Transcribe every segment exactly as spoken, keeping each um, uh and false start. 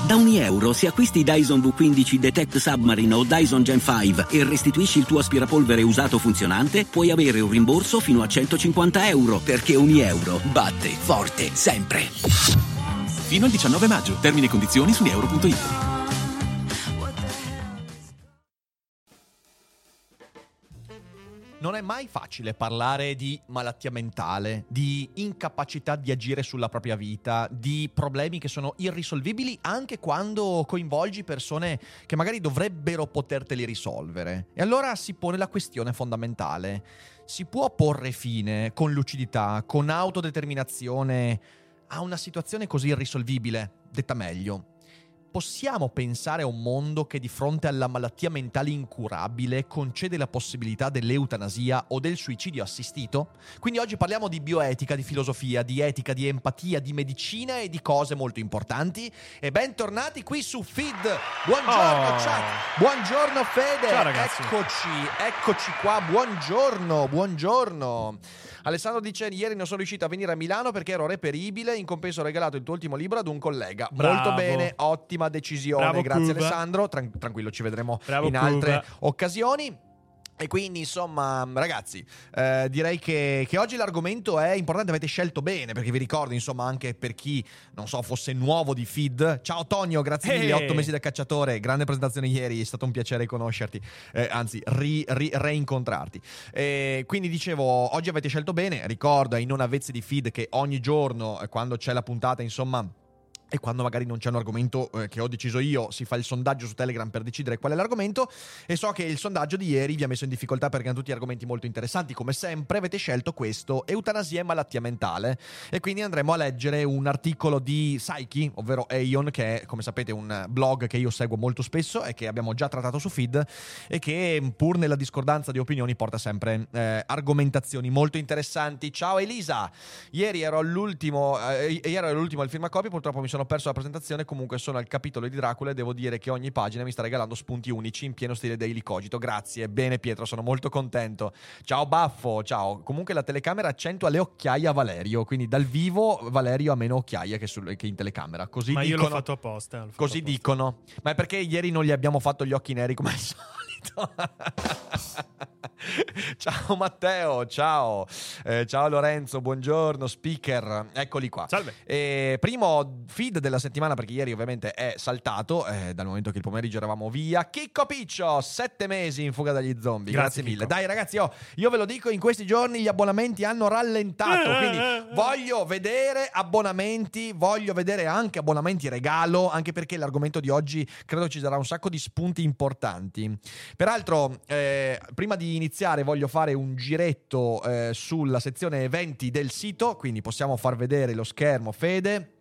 Da ogni euro, se acquisti Dyson V quindici Detect Submarine o Dyson Gen cinque e restituisci il tuo aspirapolvere usato funzionante, puoi avere un rimborso fino a centocinquanta euro, perché ogni euro batte forte sempre. Fino al diciannove maggio. Termini e condizioni su euro punto it. Non è mai facile parlare di malattia mentale, di incapacità di agire sulla propria vita, di problemi che sono irrisolvibili anche quando coinvolgi persone che magari dovrebbero poterteli risolvere. E allora si pone la questione fondamentale: si può porre fine con lucidità, con autodeterminazione a una situazione così irrisolvibile? Detta meglio, possiamo pensare a un mondo che di fronte alla malattia mentale incurabile concede la possibilità dell'eutanasia o del suicidio assistito? Quindi oggi parliamo di bioetica, di filosofia, di etica, di empatia, di medicina e di cose molto importanti. E bentornati qui su Feed. Buongiorno Oh. chat. Buongiorno Fede. Ciao, ragazzi. Eccoci, eccoci qua. Buongiorno, buongiorno. Alessandro dice: ieri non sono riuscito a venire a Milano perché ero reperibile, in compenso ho regalato il tuo ultimo libro ad un collega. Bravo. Molto bene, ottima decisione. Bravo, grazie Cuba. Alessandro. Tran- tranquillo, ci vedremo Bravo, in altre Cuba. occasioni. E quindi insomma ragazzi, eh, direi che, che oggi l'argomento è importante, avete scelto bene, perché vi ricordo insomma anche per chi non so fosse nuovo di Feed. Ciao Tonio, grazie mille, Hey. otto mesi da cacciatore, grande presentazione ieri, è stato un piacere conoscerti, eh, anzi ri, ri, reincontrarti. Eh, quindi dicevo, oggi avete scelto bene, ricordo ai non avvezzi di Feed che ogni giorno eh, quando c'è la puntata insomma e quando magari non c'è un argomento eh, che ho deciso io, si fa il sondaggio su Telegram per decidere qual è l'argomento. E so che il sondaggio di ieri vi ha messo in difficoltà perché erano tutti argomenti molto interessanti. Come sempre avete scelto questo: eutanasia e malattia mentale. E quindi andremo a leggere un articolo di Psyche, ovvero Aion, che è, come sapete, un blog che io seguo molto spesso e che abbiamo già trattato su Feed, e che pur nella discordanza di opinioni porta sempre eh, argomentazioni molto interessanti. Ciao Elisa, ieri ero all'ultimo eh, ieri ero all'ultimo al firmacopie, purtroppo mi sono perso la presentazione. Comunque sono al capitolo di Dracula e devo dire che ogni pagina mi sta regalando spunti unici in pieno stile Daily Cogito. Grazie, bene Pietro, sono molto contento. Ciao Baffo, ciao. Comunque la telecamera accentua le occhiaie a Valerio, quindi dal vivo Valerio ha meno occhiaie che, sul, che in telecamera. Così Ma io dicono, l'ho fatto apposta. l'ho fatto così apposta. dicono. Ma è perché ieri non gli abbiamo fatto gli occhi neri come al solito. Ciao Matteo, ciao. Eh, ciao Lorenzo, buongiorno speaker. Eccoli qua. Salve. Eh, primo feed della settimana, perché ieri ovviamente è saltato eh, dal momento che il pomeriggio eravamo via. Chicco Piccio, sette mesi in fuga dagli zombie. Grazie, Grazie, mille. Chicco. Dai ragazzi, oh, io ve lo dico, in questi giorni gli abbonamenti hanno rallentato, quindi voglio vedere abbonamenti, voglio vedere anche abbonamenti regalo, anche perché l'argomento di oggi credo ci darà un sacco di spunti importanti. Peraltro, eh, prima di iniziare voglio fare un giretto eh, sulla sezione eventi del sito, quindi possiamo far vedere lo schermo, Fede.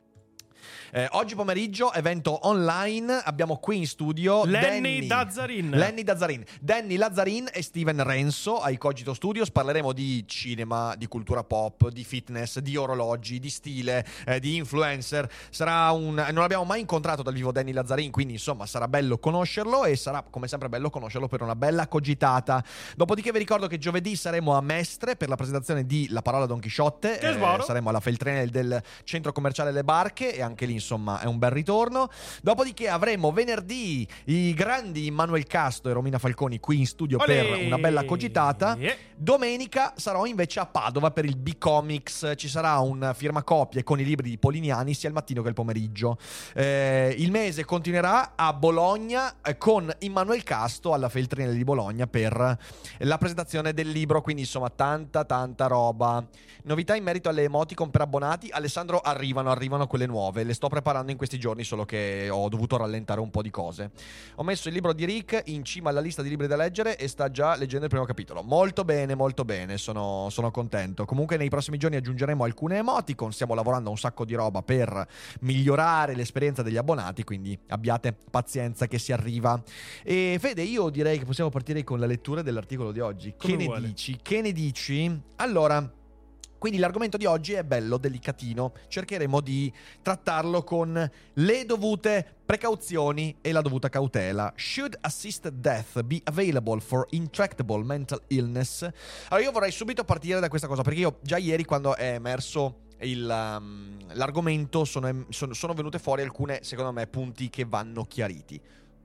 Eh, oggi pomeriggio evento online, abbiamo qui in studio Lenny Danny Dazzarin. Lenny Dazzarin Danny Lazzarin e Steven Renzo ai Cogito Studios. Parleremo di cinema, di cultura pop, di fitness, di orologi, di stile, eh, di influencer. Sarà un... non abbiamo mai incontrato dal vivo Danny Lazzarin, quindi insomma sarà bello conoscerlo, e sarà come sempre bello conoscerlo per una bella cogitata. Dopodiché vi ricordo che giovedì saremo a Mestre per la presentazione di La Parola Don Chisciotte. Che Eh, sboro. saremo alla Feltrinelli del centro commerciale Le Barche, e anche lì insomma è un bel ritorno. Dopodiché avremo venerdì i grandi Manuel Casto e Romina Falconi qui in studio Olè. per una bella cogitata. Yeah. Domenica sarò invece a Padova per il B-Comics. Ci sarà un firmacopie con i libri di Polignani sia il mattino che il pomeriggio. Eh, il mese continuerà a Bologna eh, con Immanuel Casto alla Feltrinelli di Bologna per la presentazione del libro. Quindi insomma tanta tanta roba. Novità in merito alle emoticon per abbonati. Alessandro, arrivano, arrivano quelle nuove. Le sto preparando in questi giorni, solo che ho dovuto rallentare un po' di cose. Ho messo il libro di Rick in cima alla lista di libri da leggere e sta già leggendo il primo capitolo. Molto bene, molto bene, sono, sono contento. Comunque nei prossimi giorni aggiungeremo alcune emoticon. Stiamo lavorando a un sacco di roba per migliorare l'esperienza degli abbonati, quindi abbiate pazienza che si arriva. E Fede, io direi che possiamo partire con la lettura dell'articolo di oggi. Come che ne vuole. dici? Che ne dici? Allora, quindi l'argomento di oggi è bello, delicatino. Cercheremo di trattarlo con le dovute precauzioni e la dovuta cautela. Should assisted death be available for intractable mental illness? Allora io vorrei subito partire da questa cosa, perché io già ieri, quando è emerso il, um, l'argomento sono, sono, sono venute fuori alcune, secondo me, punti che vanno chiariti.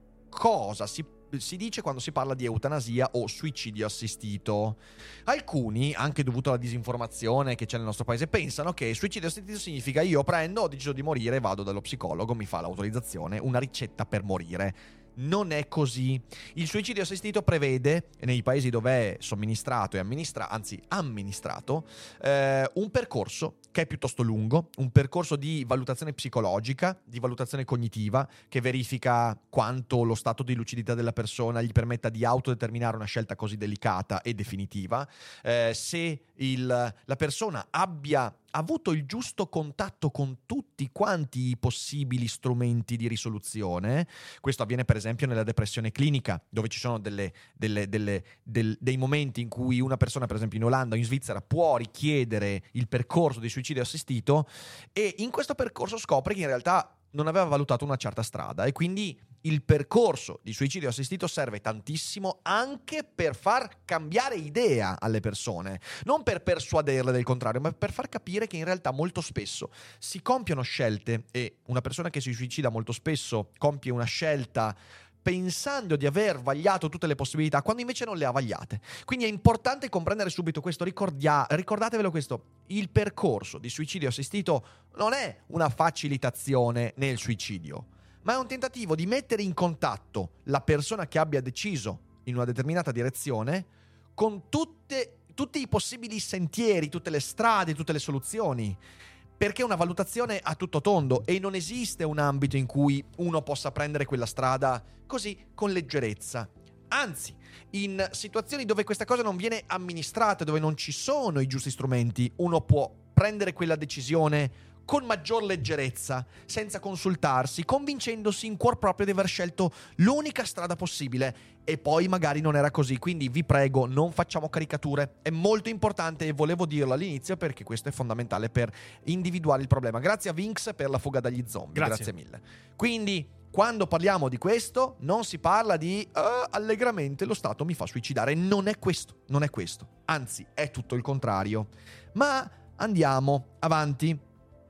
Cosa si si dice quando si parla di eutanasia o suicidio assistito? Alcuni, anche dovuto alla disinformazione che c'è nel nostro paese, pensano che suicidio assistito significa io prendo, ho deciso di morire, vado dallo psicologo, mi fa l'autorizzazione, una ricetta per morire. Non è così. Il suicidio assistito prevede, nei paesi dove è somministrato e amministrato, anzi amministrato, eh, un percorso che è piuttosto lungo, un percorso di valutazione psicologica, di valutazione cognitiva, che verifica quanto lo stato di lucidità della persona gli permetta di autodeterminare una scelta così delicata e definitiva, eh, se il, la persona abbia avuto il giusto contatto con tutti quanti i possibili strumenti di risoluzione. Questo avviene per esempio nella depressione clinica, dove ci sono delle, delle, delle, del, dei momenti in cui una persona, per esempio in Olanda o in Svizzera, può richiedere il percorso di suicidio assistito, e in questo percorso scopre che in realtà non aveva valutato una certa strada, e quindi il percorso di suicidio assistito serve tantissimo anche per far cambiare idea alle persone, non per persuaderle del contrario, ma per far capire che in realtà molto spesso si compiono scelte, e una persona che si suicida molto spesso compie una scelta pensando di aver vagliato tutte le possibilità, quando invece non le ha vagliate. Quindi è importante comprendere subito questo. Ricordia- ricordatevelo questo: il percorso di suicidio assistito non è una facilitazione nel suicidio, ma è un tentativo di mettere in contatto la persona che abbia deciso in una determinata direzione con tutte, tutti i possibili sentieri, tutte le strade, tutte le soluzioni. Perché è una valutazione a tutto tondo e non esiste un ambito in cui uno possa prendere quella strada così con leggerezza. Anzi, in situazioni dove questa cosa non viene amministrata, dove non ci sono i giusti strumenti, uno può prendere quella decisione con maggior leggerezza, senza consultarsi, convincendosi in cuor proprio di aver scelto l'unica strada possibile, e poi magari non era così. Quindi vi prego, non facciamo caricature, è molto importante, e volevo dirlo all'inizio perché questo è fondamentale per individuare il problema. Grazie a Vinx per la fuga dagli zombie. Grazie, Grazie mille. Quindi quando parliamo di questo non si parla di uh, allegramente lo Stato mi fa suicidare. Non è questo, non è questo, anzi è tutto il contrario. Ma andiamo avanti.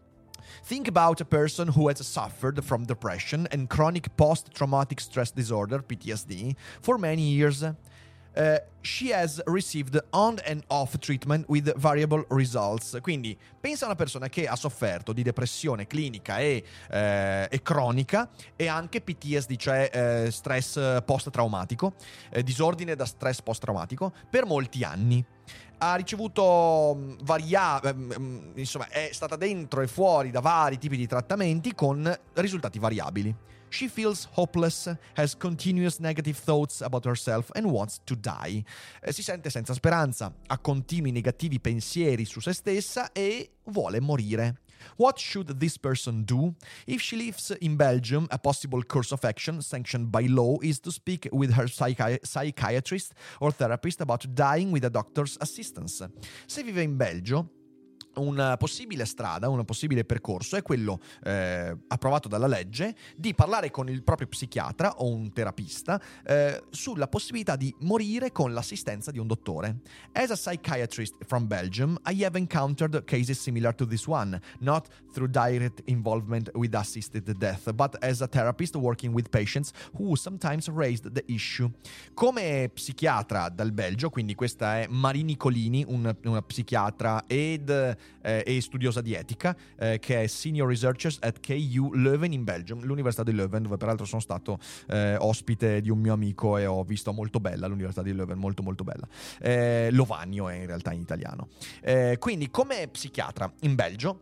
Think about a person who has suffered from depression and chronic post-traumatic stress disorder, P T S D, for many years. Uh, she has received on and off treatment with variable results. Quindi pensa a una persona che ha sofferto di depressione clinica e, eh, e cronica, e anche P T S D, cioè eh, stress post-traumatico, eh, disordine da stress post-traumatico, per molti anni. Ha ricevuto varia, ehm, insomma, è stata dentro e fuori da vari tipi di trattamenti con risultati variabili. She feels hopeless, has continuous negative thoughts about herself and wants to die. Eh, si sente senza speranza, ha continui negativi pensieri su se stessa e vuole morire. What should this person do? If she lives in Belgium, a possible course of action sanctioned by law is to speak with her psychi- psychiatrist or therapist about dying with a doctor's assistance. Se vive in Belgio, una possibile strada, un possibile percorso è quello eh, approvato dalla legge di parlare con il proprio psichiatra o un terapista eh, sulla possibilità di morire con l'assistenza di un dottore. As a psychiatrist from Belgium, I have encountered cases similar to this one, not through direct involvement with assisted death, but as a therapist working with patients who sometimes raised the issue. Come psichiatra dal Belgio, quindi questa è Marini Colini, un, una psichiatra ed Eh, e studiosa di etica, eh, che è Senior Researcher at K U Leuven in Belgium, l'Università di Leuven, dove peraltro sono stato eh, ospite di un mio amico e ho visto molto bella l'Università di Leuven, molto molto bella. Eh, Lovanio è in realtà in italiano. Eh, quindi come psichiatra in Belgio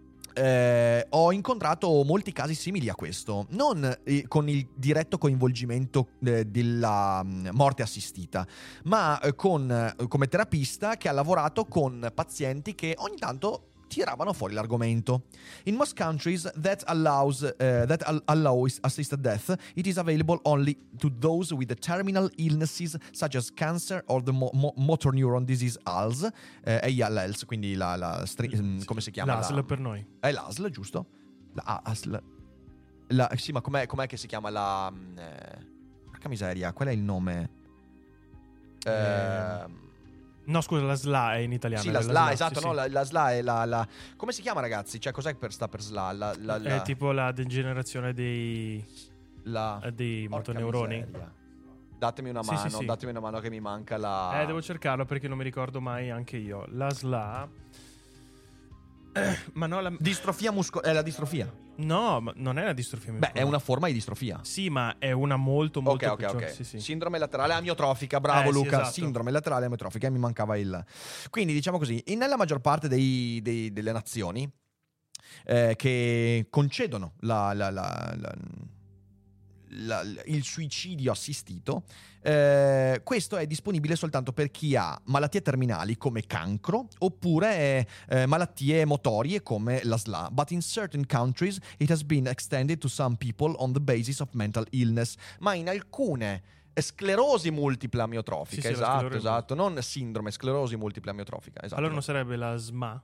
Eh, ho incontrato molti casi simili a questo, non eh, con il diretto coinvolgimento eh, della mh, morte assistita, ma eh, con, eh, come terapista che ha lavorato con pazienti che ogni tanto tiravano fuori l'argomento. In most countries that allows uh, that al- allows assisted death, it is available only to those with the terminal illnesses such as cancer or the mo- mo- motor neuron disease A L S, eh, A L S, quindi la, la stri- come si chiama? L'A S L la, per noi. È l'A S L, giusto? La A S L. La, sì, ma com'è, com'è che si chiama la eh, porca miseria, qual è il nome? Eh, No, scusa, la S L A è in italiano. Sì, la è S L A, S L A, esatto, sì, no, sì. La, la S L A è la, la... Come si chiama, ragazzi? Cioè, cos'è per sta per S L A? La, la, la... È tipo la degenerazione dei, la... dei Porca motoneuroni. miseria. Datemi una Sì, mano, sì, sì. datemi una mano che mi manca la... Eh, devo cercarlo perché non mi ricordo mai anche io. La S L A... Eh, ma no, la... Distrofia muscolare, è la distrofia. No, ma non è la distrofia Beh, muscolare. è una forma di distrofia. Sì, ma è una molto, molto Ok, ok, peggiore. ok. Sì, sì. Sindrome laterale amiotrofica, bravo Eh, sì, Luca. esatto. Sindrome laterale amiotrofica, mi mancava il. Quindi, diciamo così, in- nella maggior parte dei- dei- delle nazioni eh, che concedono la- la- la- la- la- il suicidio assistito, eh, questo è disponibile soltanto per chi ha malattie terminali come cancro oppure eh, malattie motorie come la S L A. But in certain countries it has been extended to some people on the basis of mental illness. Ma in alcune sclerosi multipla amiotrofica, Sì, sì, la esatto, sclerosi- esatto, non sindrome, sclerosi multipla amiotrofica, esatto. Allora non sarebbe la S M A?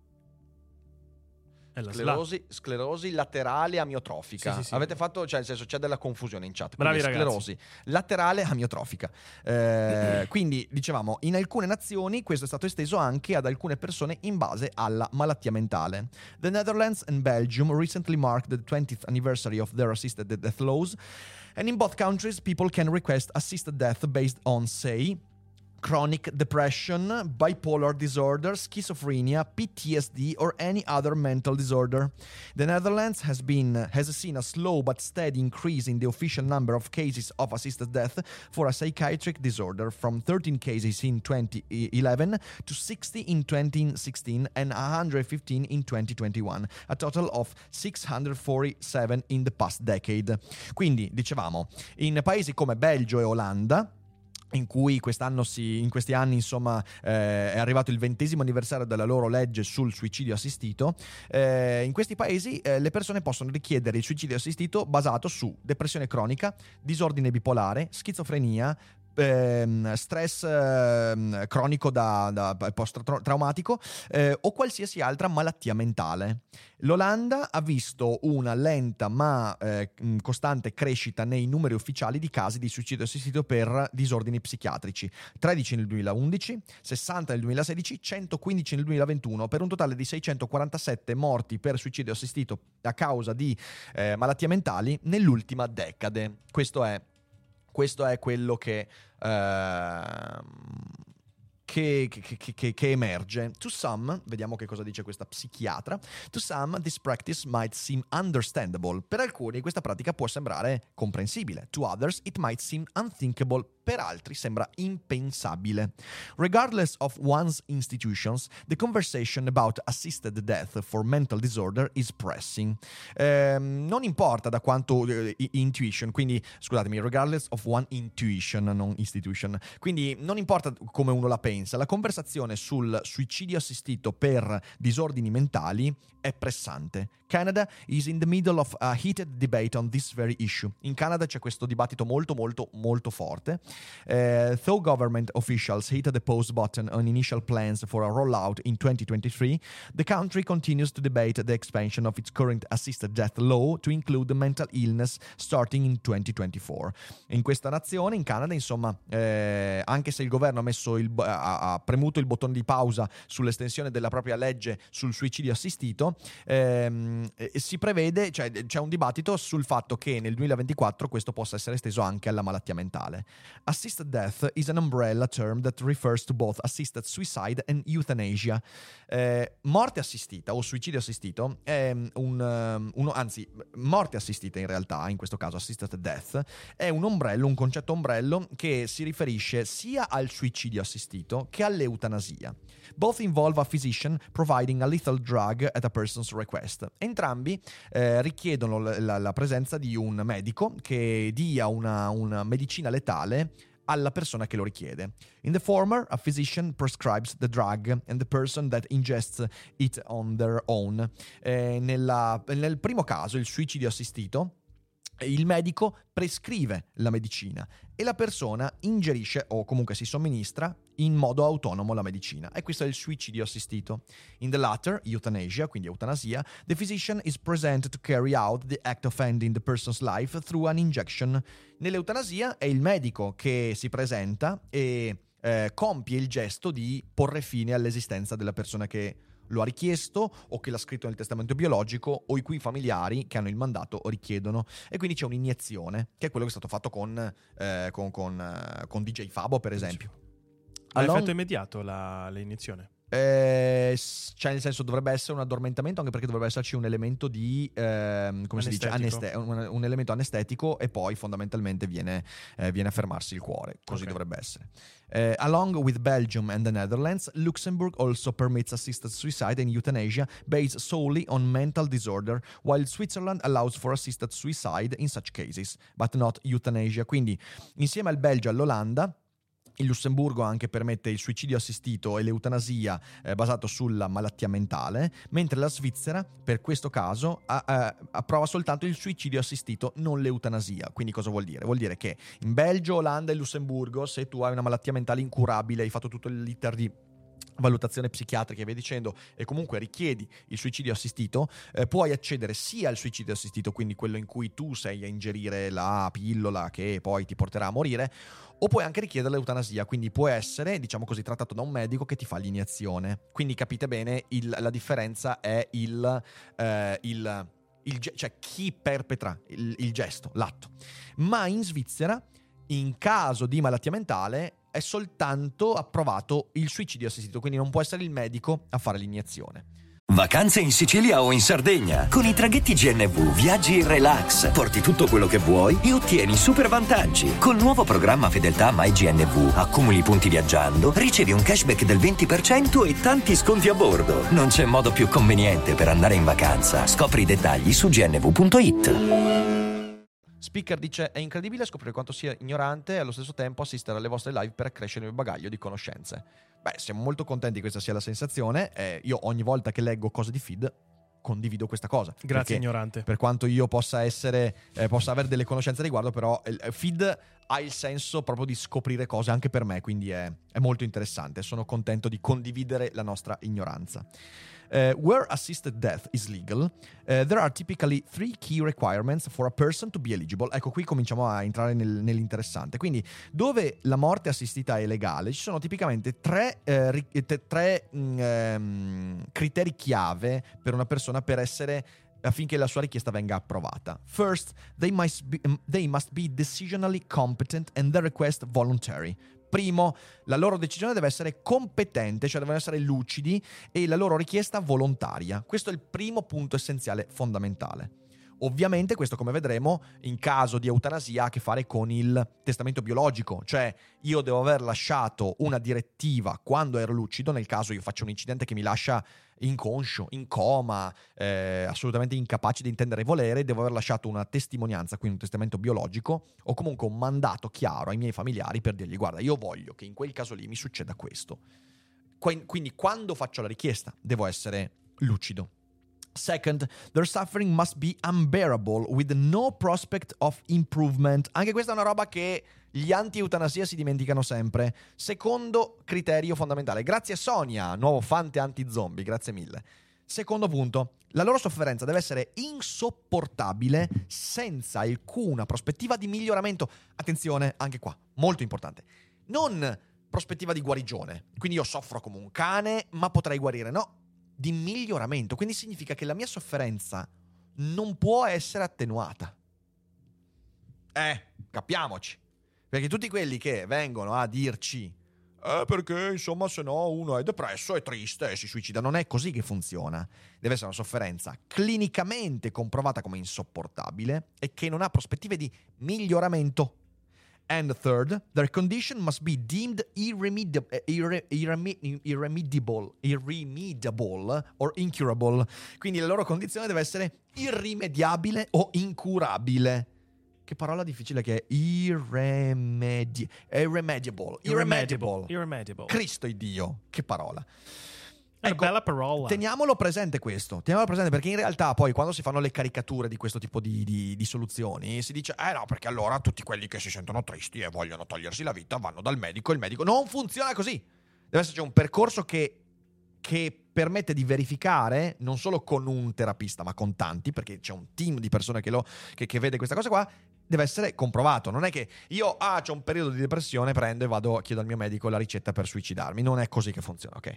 È la S L A. Sclerosi, sclerosi laterale amiotrofica. Sì, sì, sì. Avete fatto, cioè nel senso c'è della confusione in chat. Bravi Quindi sclerosi laterale amiotrofica. Eh, quindi dicevamo, in alcune nazioni questo è stato esteso anche ad alcune persone in base alla malattia mentale. The Netherlands and Belgium recently marked the twentieth anniversary of their assisted death laws, and in both countries people can request assisted death based on, say, chronic depression, bipolar disorder, schizophrenia, P T S D, or any other mental disorder. The Netherlands has been has seen a slow but steady increase in the official number of cases of assisted death for a psychiatric disorder, from thirteen cases in twenty eleven to sixty in twenty sixteen and one hundred fifteen in twenty twenty-one, a total of six hundred forty-seven in the past decade. Quindi, dicevamo, in paesi come Belgio e Olanda, in cui quest'anno si, in questi anni insomma eh, è arrivato il ventesimo anniversario della loro legge sul suicidio assistito, eh, in questi paesi eh, le persone possono richiedere il suicidio assistito basato su depressione cronica, disordine bipolare, schizofrenia, ehm, stress ehm, cronico da, da post-traumatico eh, o qualsiasi altra malattia mentale. L'Olanda ha visto una lenta ma eh, costante crescita nei numeri ufficiali di casi di suicidio assistito per disordini psichiatrici: tredici nel duemilaundici, sessanta nel duemilasedici, centoquindici nel duemilaventuno, per un totale di seicentoquarantasette morti per suicidio assistito a causa di eh, malattie mentali nell'ultima decade. Questo è Questo è quello che, uh, che, che, che, che, che emerge. To some, vediamo che cosa dice questa psichiatra. To some, this practice might seem understandable. Per alcuni questa pratica può sembrare comprensibile. To others, it might seem unthinkable. Per altri sembra impensabile. Regardless of one's institutions, the conversation about assisted death for mental disorder is pressing. Eh, non importa da quanto eh, intuition, quindi scusatemi, regardless of one intuition, non institution. Quindi non importa come uno la pensa, la conversazione sul suicidio assistito per disordini mentali è pressante. Canada is in the middle of a heated debate on this very issue. In Canada c'è questo dibattito molto molto molto forte. Uh, though government officials hit the pause button on initial plans for a rollout in twenty twenty-three, the country continues to debate the expansion of its current assisted death law to include mental illness starting in twenty twenty-four. In questa nazione, in Canada, insomma, eh, anche se il governo ha, messo il, ha, ha premuto il bottone di pausa sull'estensione della propria legge sul suicidio assistito, ehm, si prevede, cioè c'è un dibattito sul fatto che nel duemilaventiquattro questo possa essere esteso anche alla malattia mentale. Assisted death is an umbrella term that refers to both assisted suicide and euthanasia. Eh, morte assistita o suicidio assistito è un, um, uno, anzi, morte assistita in realtà, in questo caso assisted death, è un ombrello, un concetto ombrello che si riferisce sia al suicidio assistito che all'eutanasia. Both involve a physician providing a lethal drug at a person's request. Entrambi eh, richiedono la, la presenza di un medico che dia una, una medicina letale alla persona che lo richiede. In the former, a physician prescribes the drug and the person that ingests it on their own. Eh, nella, nel primo caso, il suicidio assistito, il medico prescrive la medicina e la persona ingerisce o comunque si somministra in modo autonomo la medicina, e questo è il suicidio assistito. In the latter, euthanasia, quindi eutanasia, the physician is present to carry out the act of ending the person's life through an injection. Nell'eutanasia è il medico che si presenta e eh, compie il gesto di porre fine all'esistenza della persona che lo ha richiesto o che l'ha scritto nel testamento biologico o i cui familiari che hanno il mandato richiedono, e quindi c'è un'iniezione, che è quello che è stato fatto con, eh, con, con, eh, con D J Fabo, per esempio. Ha Allora, effetto immediato la, l'iniezione? Eh, cioè, nel senso, dovrebbe essere un addormentamento, anche perché dovrebbe esserci un elemento di ehm, come si dice, Aneste- un, un elemento anestetico, e poi fondamentalmente viene, eh, viene a fermarsi il cuore. Così Okay. dovrebbe essere. Eh, along with Belgium and the Netherlands, Luxembourg also permits assisted suicide and euthanasia based solely on mental disorder, while Switzerland allows for assisted suicide in such cases, but not euthanasia. Quindi, insieme al Belgio e all'Olanda, il Lussemburgo anche permette il suicidio assistito e l'eutanasia eh, basato sulla malattia mentale, mentre la Svizzera, per questo caso, ha, ha, approva soltanto il suicidio assistito, non l'eutanasia. Quindi cosa vuol dire? Vuol dire che in Belgio, Olanda e Lussemburgo, se tu hai una malattia mentale incurabile, hai fatto tutto l'iter di valutazione psichiatrica e via dicendo, e comunque richiedi il suicidio assistito, eh, puoi accedere sia al suicidio assistito, quindi quello in cui tu sei a ingerire la pillola che poi ti porterà a morire, o puoi anche richiedere l'eutanasia, quindi può essere, diciamo così, trattato da un medico che ti fa l'iniezione. Quindi capite bene, il, la differenza è il, eh, il, il cioè chi perpetra il, il gesto, l'atto. Ma in Svizzera, in caso di malattia mentale, è soltanto approvato il suicidio assistito, quindi non può essere il medico a fare l'iniezione. Vacanze in Sicilia o in Sardegna. Con i traghetti G N V viaggi in relax, porti tutto quello che vuoi e ottieni super vantaggi. Col nuovo programma Fedeltà MyGNV accumuli punti viaggiando, ricevi un cashback del venti per cento e tanti sconti a bordo. Non c'è modo più conveniente per andare in vacanza. Scopri i dettagli su g n v punto i t. Speaker dice: è incredibile scoprire quanto sia ignorante e allo stesso tempo assistere alle vostre live per accrescere il mio bagaglio di conoscenze. Beh, siamo molto contenti che questa sia la sensazione. Eh, io ogni volta che leggo cose di feed condivido questa cosa. Grazie, ignorante. Per quanto io possa essere eh, possa avere delle conoscenze a riguardo, però il feed ha il senso proprio di scoprire cose anche per me, quindi è, è molto interessante. Sono contento di condividere la nostra ignoranza. Uh, where assisted death is legal, uh, there are typically three key requirements for a person to be eligible. Ecco, qui cominciamo a entrare nel, nell'interessante. Quindi, dove la morte assistita è legale, ci sono tipicamente tre, eh, ri- te- tre mh, ehm, criteri chiave per una persona per essere affinché la sua richiesta venga approvata. First, they must be, um, they must be decisionally competent and the request voluntary. Primo, la loro decisione deve essere competente, cioè devono essere lucidi, e la loro richiesta volontaria. Questo è il primo punto essenziale fondamentale. Ovviamente questo, come vedremo, in caso di eutanasia ha a che fare con il testamento biologico, cioè io devo aver lasciato una direttiva quando ero lucido, nel caso io faccia un incidente che mi lascia inconscio, in coma, eh, assolutamente incapace di intendere e volere, devo aver lasciato una testimonianza, quindi un testamento biologico, o comunque un mandato chiaro ai miei familiari per dirgli: guarda, io voglio che in quel caso lì mi succeda questo. Quindi quando faccio la richiesta devo essere lucido. Second, their suffering must be unbearable with no prospect of improvement. Anche questa è una roba che gli anti-eutanasia si dimenticano sempre. Secondo criterio fondamentale. Grazie Sonia, nuovo fante anti-zombie, grazie mille. Secondo punto, la loro sofferenza deve essere insopportabile senza alcuna prospettiva di miglioramento. Attenzione, anche qua, molto importante. Non prospettiva di guarigione. Quindi io soffro come un cane, ma potrei guarire. No, di miglioramento. Quindi significa che la mia sofferenza non può essere attenuata. Eh, capiamoci. Perché tutti quelli che vengono a dirci eh, perché insomma se no uno è depresso, è triste e si suicida, non è così che funziona. Deve essere una sofferenza clinicamente comprovata come insopportabile e che non ha prospettive di miglioramento. And third, their condition must be deemed irremediable, irre, irreme, irremediable, irremediable or incurable. Quindi la loro condizione deve essere irrimediabile o incurabile. Che parola difficile che è irremedi- irremediable. Irremediable. Irremediable. Cristo è Dio, che parola. È una bella parola. Teniamolo presente questo, teniamolo presente, perché in realtà poi quando si fanno le caricature di questo tipo di, di, di soluzioni si dice eh no, perché allora tutti quelli che si sentono tristi e vogliono togliersi la vita vanno dal medico e il medico. Non funziona così. Deve esserci un percorso che che permette di verificare non solo con un terapista ma con tanti, perché c'è un team di persone che, lo, che, che vede questa cosa qua, deve essere comprovato. Non è che io, ah, c'ho un periodo di depressione, prendo e vado, chiedo al mio medico la ricetta per suicidarmi. Non è così che funziona, ok?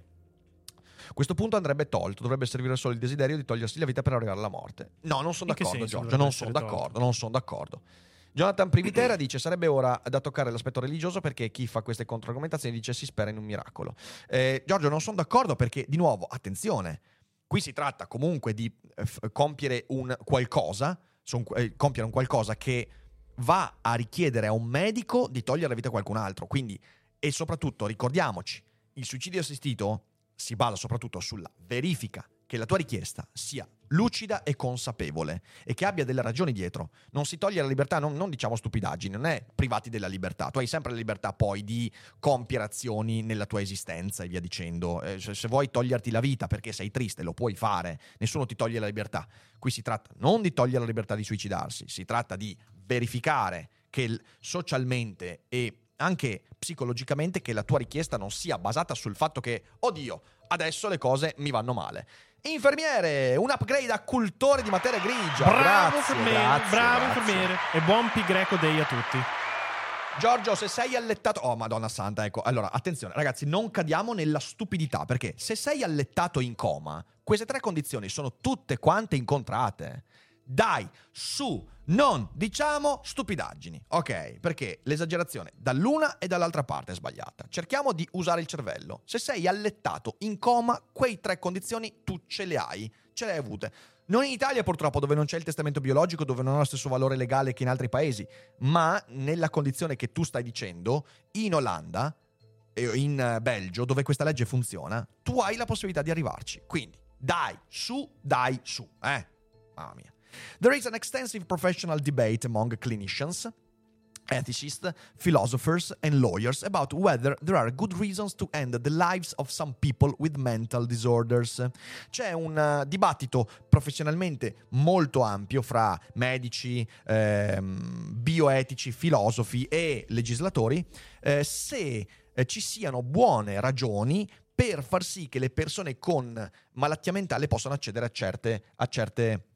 Questo punto andrebbe tolto, dovrebbe servire solo il desiderio di togliersi la vita per arrivare alla morte. No, non sono d'accordo, Giorgio, non sono d'accordo, non sono d'accordo. Jonathan Privitera dice sarebbe ora da toccare l'aspetto religioso, perché chi fa queste controargomentazioni dice si spera in un miracolo. Eh, Giorgio, non sono d'accordo perché, di nuovo, attenzione, qui si tratta comunque di eh, f- compiere un qualcosa, son, eh, compiere un qualcosa che va a richiedere a un medico di togliere la vita a qualcun altro. Quindi, e soprattutto, ricordiamoci, il suicidio assistito si basa soprattutto sulla verifica che la tua richiesta sia lucida e consapevole e che abbia delle ragioni dietro. Non si toglie la libertà, non, non diciamo stupidaggini, non è privati della libertà. Tu hai sempre la libertà poi di compiere azioni nella tua esistenza e via dicendo. Eh, se, se vuoi toglierti la vita perché sei triste, lo puoi fare, nessuno ti toglie la libertà. Qui si tratta non di togliere la libertà di suicidarsi, si tratta di verificare che socialmente e anche psicologicamente che la tua richiesta non sia basata sul fatto che, oddio, adesso le cose mi vanno male. Infermiere, un upgrade a cultore di materia grigia. Bravo grazie, infermiere, grazie, bravo grazie. infermiere. E buon Pi Greco Day a tutti. Giorgio, se sei allettato... Oh, Madonna Santa, ecco. Allora, attenzione, ragazzi, non cadiamo nella stupidità, perché se sei allettato in coma, queste tre condizioni sono tutte quante incontrate. Dai, su, non diciamo stupidaggini, ok? Perché l'esagerazione dall'una e dall'altra parte è sbagliata. Cerchiamo di usare il cervello. Se sei allettato in coma, quei tre condizioni tu ce le hai, ce le hai avute. Non in Italia purtroppo, dove non c'è il testamento biologico, dove non ha lo stesso valore legale che in altri paesi, ma nella condizione che tu stai dicendo, in Olanda e in Belgio, dove questa legge funziona, tu hai la possibilità di arrivarci. Quindi, dai, su, dai, su, eh? Mamma mia. There is an extensive professional debate among clinicians, ethicists, philosophers and lawyers about whether there are good reasons to end the lives of some people with mental disorders. C'è un uh, dibattito professionalmente molto ampio fra medici, ehm, bioetici, filosofi e legislatori eh, se eh, ci siano buone ragioni per far sì che le persone con malattia mentale possano accedere a certe... A certe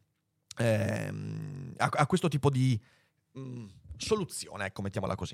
Ehm, a, a questo tipo di mh, soluzione, ecco, mettiamola così.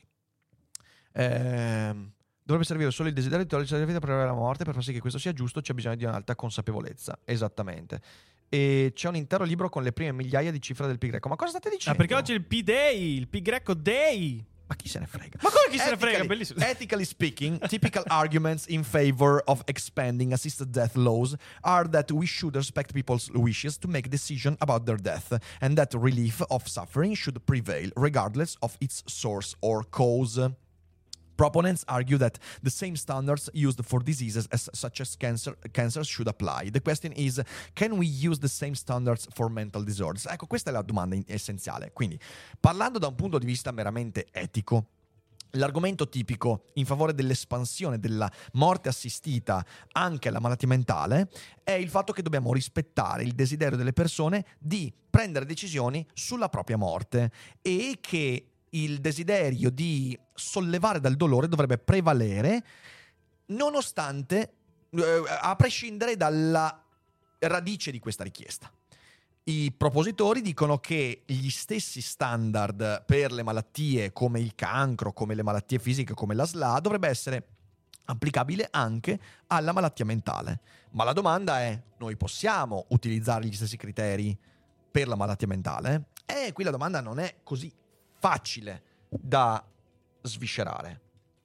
Ehm, dovrebbe servire solo il desiderio di togliersi la vita per arrivare alla morte. Per far sì che questo sia giusto c'è bisogno di un'alta consapevolezza. Esattamente. E c'è un intero libro con le prime migliaia di cifre del pi greco. Ma cosa state dicendo? Ah, perché oggi è il Pi Day, il Pi Greco Day. Ma chi se ne frega? Ma come chi se ne frega? Bellissimo. Ethically speaking, typical arguments in favor of expanding assisted death laws are that we should respect people's wishes to make decisions about their death, and that relief of suffering should prevail regardless of its source or cause. Proponents argue that the same standards used for diseases as, such as cancer, cancer should apply. The question is, can we use the same standards for mental disorders? Ecco, questa è la domanda essenziale. Quindi, parlando da un punto di vista meramente etico, l'argomento tipico in favore dell'espansione della morte assistita anche alla malattia mentale è il fatto che dobbiamo rispettare il desiderio delle persone di prendere decisioni sulla propria morte e che il desiderio di sollevare dal dolore dovrebbe prevalere nonostante, eh, a prescindere dalla radice di questa richiesta. I propositori dicono che gli stessi standard per le malattie come il cancro, come le malattie fisiche, come la S L A, dovrebbe essere applicabile anche alla malattia mentale. Ma la domanda è, noi possiamo utilizzare gli stessi criteri per la malattia mentale? E qui la domanda non è così facile da sviscerare.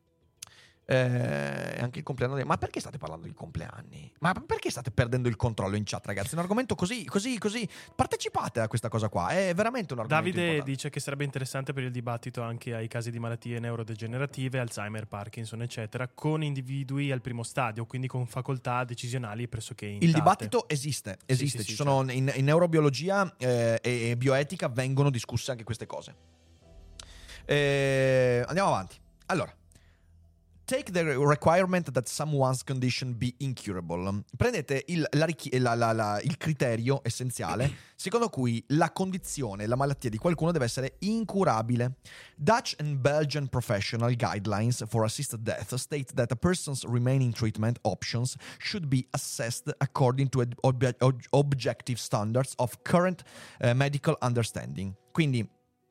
Eh, anche il compleanno di... Ma perché state parlando di compleanni? Ma perché state perdendo il controllo in chat, ragazzi? È un argomento così, così, così. Partecipate a questa cosa qua, è veramente un argomento Davide importante. dice che sarebbe interessante per il dibattito anche ai casi di malattie neurodegenerative, Alzheimer, Parkinson, eccetera, con individui al primo stadio, quindi con facoltà decisionali pressoché intatte. Il dibattito esiste, esiste. Sì, sì, Ci sì, sono certo. in, in neurobiologia eh, e bioetica vengono discusse anche queste cose. Eh, andiamo avanti. Allora, take the requirement that someone's condition be incurable. Prendete il, la, la, la, la, il criterio essenziale secondo cui la condizione, la malattia di qualcuno deve essere incurabile. Dutch and Belgian professional guidelines for assisted death state that a person's remaining treatment options should be assessed according to ob- ob- objective standards of current uh, medical understanding. Quindi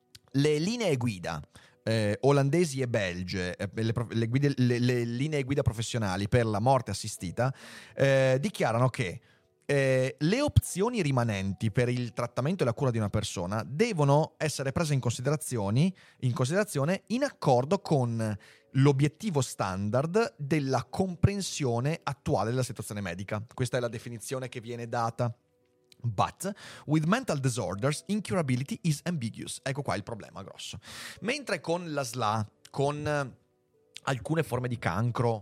le linee guida Eh, olandesi e belge, eh, le, le, guide, le, le linee guida professionali per la morte assistita, eh, dichiarano che eh, le opzioni rimanenti per il trattamento e la cura di una persona devono essere prese in considerazione, in considerazione in accordo con l'obiettivo standard della comprensione attuale della situazione medica. Questa è la definizione che viene data. But with mental disorders, incurability is ambiguous. Ecco qua il problema grosso. Mentre con la S L A, con eh, alcune forme di cancro,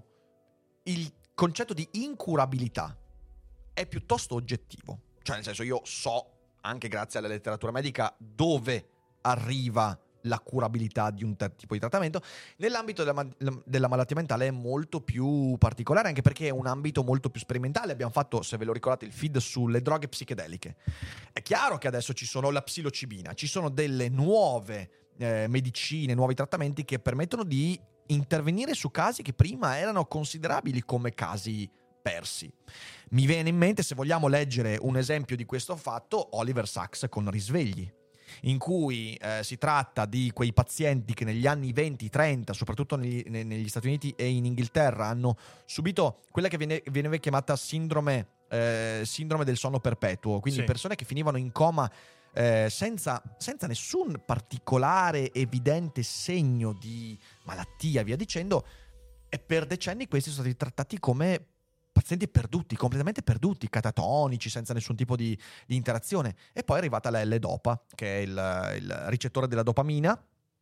il concetto di incurabilità è piuttosto oggettivo. Cioè, nel senso, io so, anche grazie alla letteratura medica, dove arriva la curabilità di un ter- tipo di trattamento. Nell'ambito della, ma- della malattia mentale è molto più particolare, anche perché è un ambito molto più sperimentale. Abbiamo fatto, se ve lo ricordate, il feed sulle droghe psichedeliche. È chiaro che adesso ci sono la psilocibina, ci sono delle nuove eh, medicine, nuovi trattamenti che permettono di intervenire su casi che prima erano considerabili come casi persi. Mi viene in mente, se vogliamo leggere un esempio di questo fatto, Oliver Sacks con Risvegli, in cui eh, si tratta di quei pazienti che negli anni venti trenta, soprattutto negli, negli Stati Uniti e in Inghilterra, hanno subito quella che viene, viene chiamata sindrome, eh, sindrome del sonno perpetuo, quindi sì. persone che finivano in coma eh, senza, senza nessun particolare evidente segno di malattia, via dicendo, e per decenni questi sono stati trattati come pazienti perduti, completamente perduti, catatonici, senza nessun tipo di, di interazione. E poi è arrivata la L-Dopa, che è il, il ricettore della dopamina,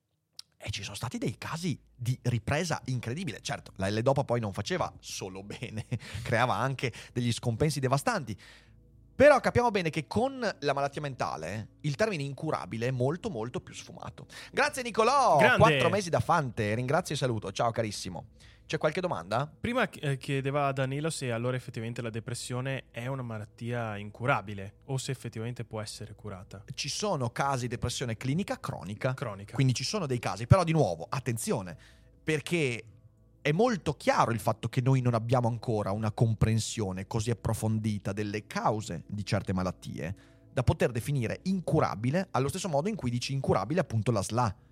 e ci sono stati dei casi di ripresa incredibile. Certo, la L-Dopa poi non faceva solo bene, creava anche degli scompensi devastanti. Però capiamo bene che con la malattia mentale il termine incurabile è molto molto più sfumato. Grazie Nicolò, Grande. quattro mesi da Fante, ringrazio e saluto. Ciao carissimo. C'è qualche domanda? Prima eh, chiedeva a Danilo se allora effettivamente la depressione è una malattia incurabile o se effettivamente può essere curata. Ci sono casi di depressione clinica cronica. Cronica. Quindi ci sono dei casi, però di nuovo, attenzione, perché è molto chiaro il fatto che noi non abbiamo ancora una comprensione così approfondita delle cause di certe malattie da poter definire incurabile allo stesso modo in cui dici incurabile appunto la S L A.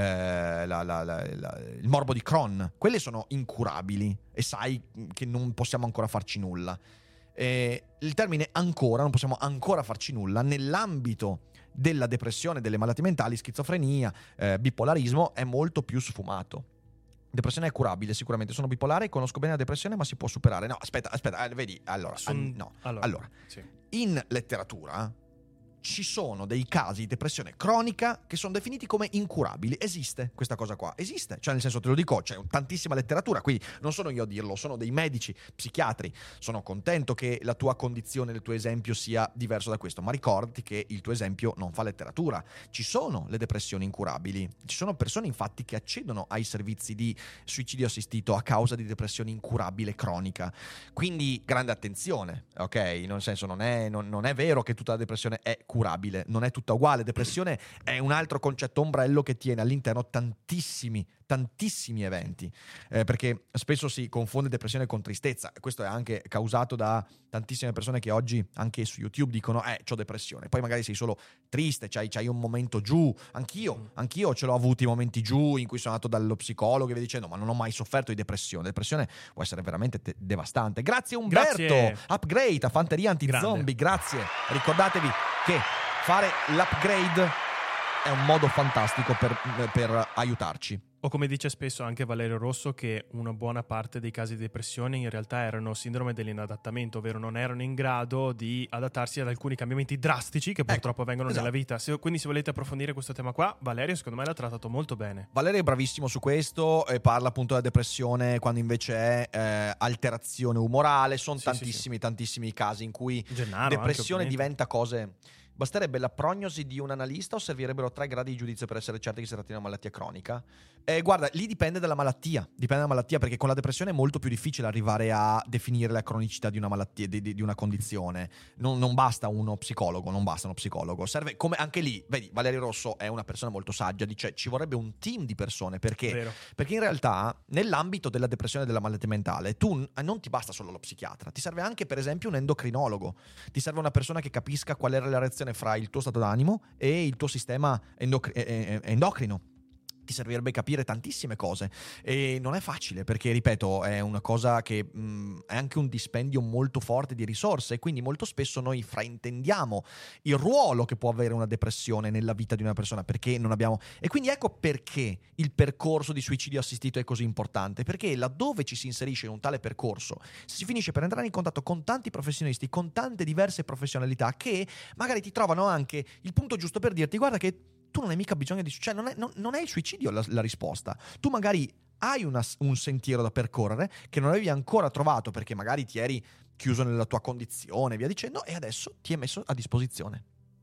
Eh, la, la, la, la, il morbo di Crohn, quelle sono incurabili e sai che non possiamo ancora farci nulla. Eh, il termine ancora, non possiamo ancora farci nulla nell'ambito della depressione, delle malattie mentali, schizofrenia, eh, bipolarismo è molto più sfumato. Depressione è curabile, sicuramente. Sono bipolare, conosco bene la depressione, ma si può superare. No, aspetta, aspetta, eh, vedi, allora, Son... an- no. allora, allora sì. In letteratura ci sono dei casi di depressione cronica che sono definiti come incurabili. Esiste questa cosa qua, esiste, cioè nel senso, te lo dico, c'è tantissima letteratura, quindi non sono io a dirlo, sono dei medici, psichiatri. Sono contento che la tua condizione, il tuo esempio sia diverso da questo, ma ricordati che il tuo esempio non fa letteratura. Ci sono le depressioni incurabili, ci sono persone infatti che accedono ai servizi di suicidio assistito a causa di depressione incurabile cronica, quindi grande attenzione, ok? Nel senso, non è, non, non è vero che tutta la depressione è curabile, non è tutta uguale. Depressione è un altro concetto ombrello che tiene all'interno tantissimi tantissimi eventi, eh, perché spesso si confonde depressione con tristezza. Questo è anche causato da tantissime persone che oggi anche su YouTube dicono eh c'ho depressione, poi magari sei solo triste, c'hai, c'hai un momento giù. Anch'io, anch'io ce l'ho avuti i momenti giù in cui sono andato dallo psicologo e via dicendo, ma non ho mai sofferto di depressione. La depressione può essere veramente te- devastante. Grazie Umberto, Grazie. Upgrade a Fanteria Anti-Zombie, grazie. Ricordatevi che fare l'upgrade è un modo fantastico per, per aiutarci. O come dice spesso anche Valerio Rosso, che una buona parte dei casi di depressione in realtà erano sindrome dell'inadattamento, ovvero non erano in grado di adattarsi ad alcuni cambiamenti drastici che purtroppo ecco, avvengono esatto. nella vita. Se, quindi se volete approfondire questo tema qua, Valerio secondo me l'ha trattato molto bene. Valerio è bravissimo su questo e parla appunto della depressione quando invece è eh, alterazione umorale. Sono Sì, tantissimi sì, sì. tantissimi casi in cui Gennaro, depressione anche, diventa cose Basterebbe la prognosi di un analista o servirebbero tre gradi di giudizio per essere certi che si tratti di una malattia cronica? Eh, guarda, lì dipende dalla malattia. Dipende dalla malattia, perché con la depressione è molto più difficile arrivare a definire la cronicità di una malattia, di, di, di una condizione. Non, non basta uno psicologo, non basta uno psicologo. Serve, come anche lì, vedi, Valerio Rosso è una persona molto saggia, dice ci vorrebbe un team di persone. Perché? Vero. Perché in realtà nell'ambito della depressione e della malattia mentale tu non ti basta solo lo psichiatra, ti serve anche per esempio un endocrinologo, ti serve una persona che capisca qual è la relazione fra il tuo stato d'animo e il tuo sistema endocr- endocrino. Ti servirebbe capire tantissime cose e non è facile, perché ripeto è una cosa che mh, è anche un dispendio molto forte di risorse, e quindi molto spesso noi fraintendiamo il ruolo che può avere una depressione nella vita di una persona, perché non abbiamo. E quindi ecco perché il percorso di suicidio assistito è così importante, perché laddove ci si inserisce in un tale percorso si finisce per entrare in contatto con tanti professionisti, con tante diverse professionalità che magari ti trovano anche il punto giusto per dirti guarda che tu non hai mica bisogno di... Cioè non è, non, non è il suicidio la, la risposta. Tu magari hai una, un sentiero da percorrere che non avevi ancora trovato perché magari ti eri chiuso nella tua condizione, via dicendo, e adesso ti è messo a disposizione.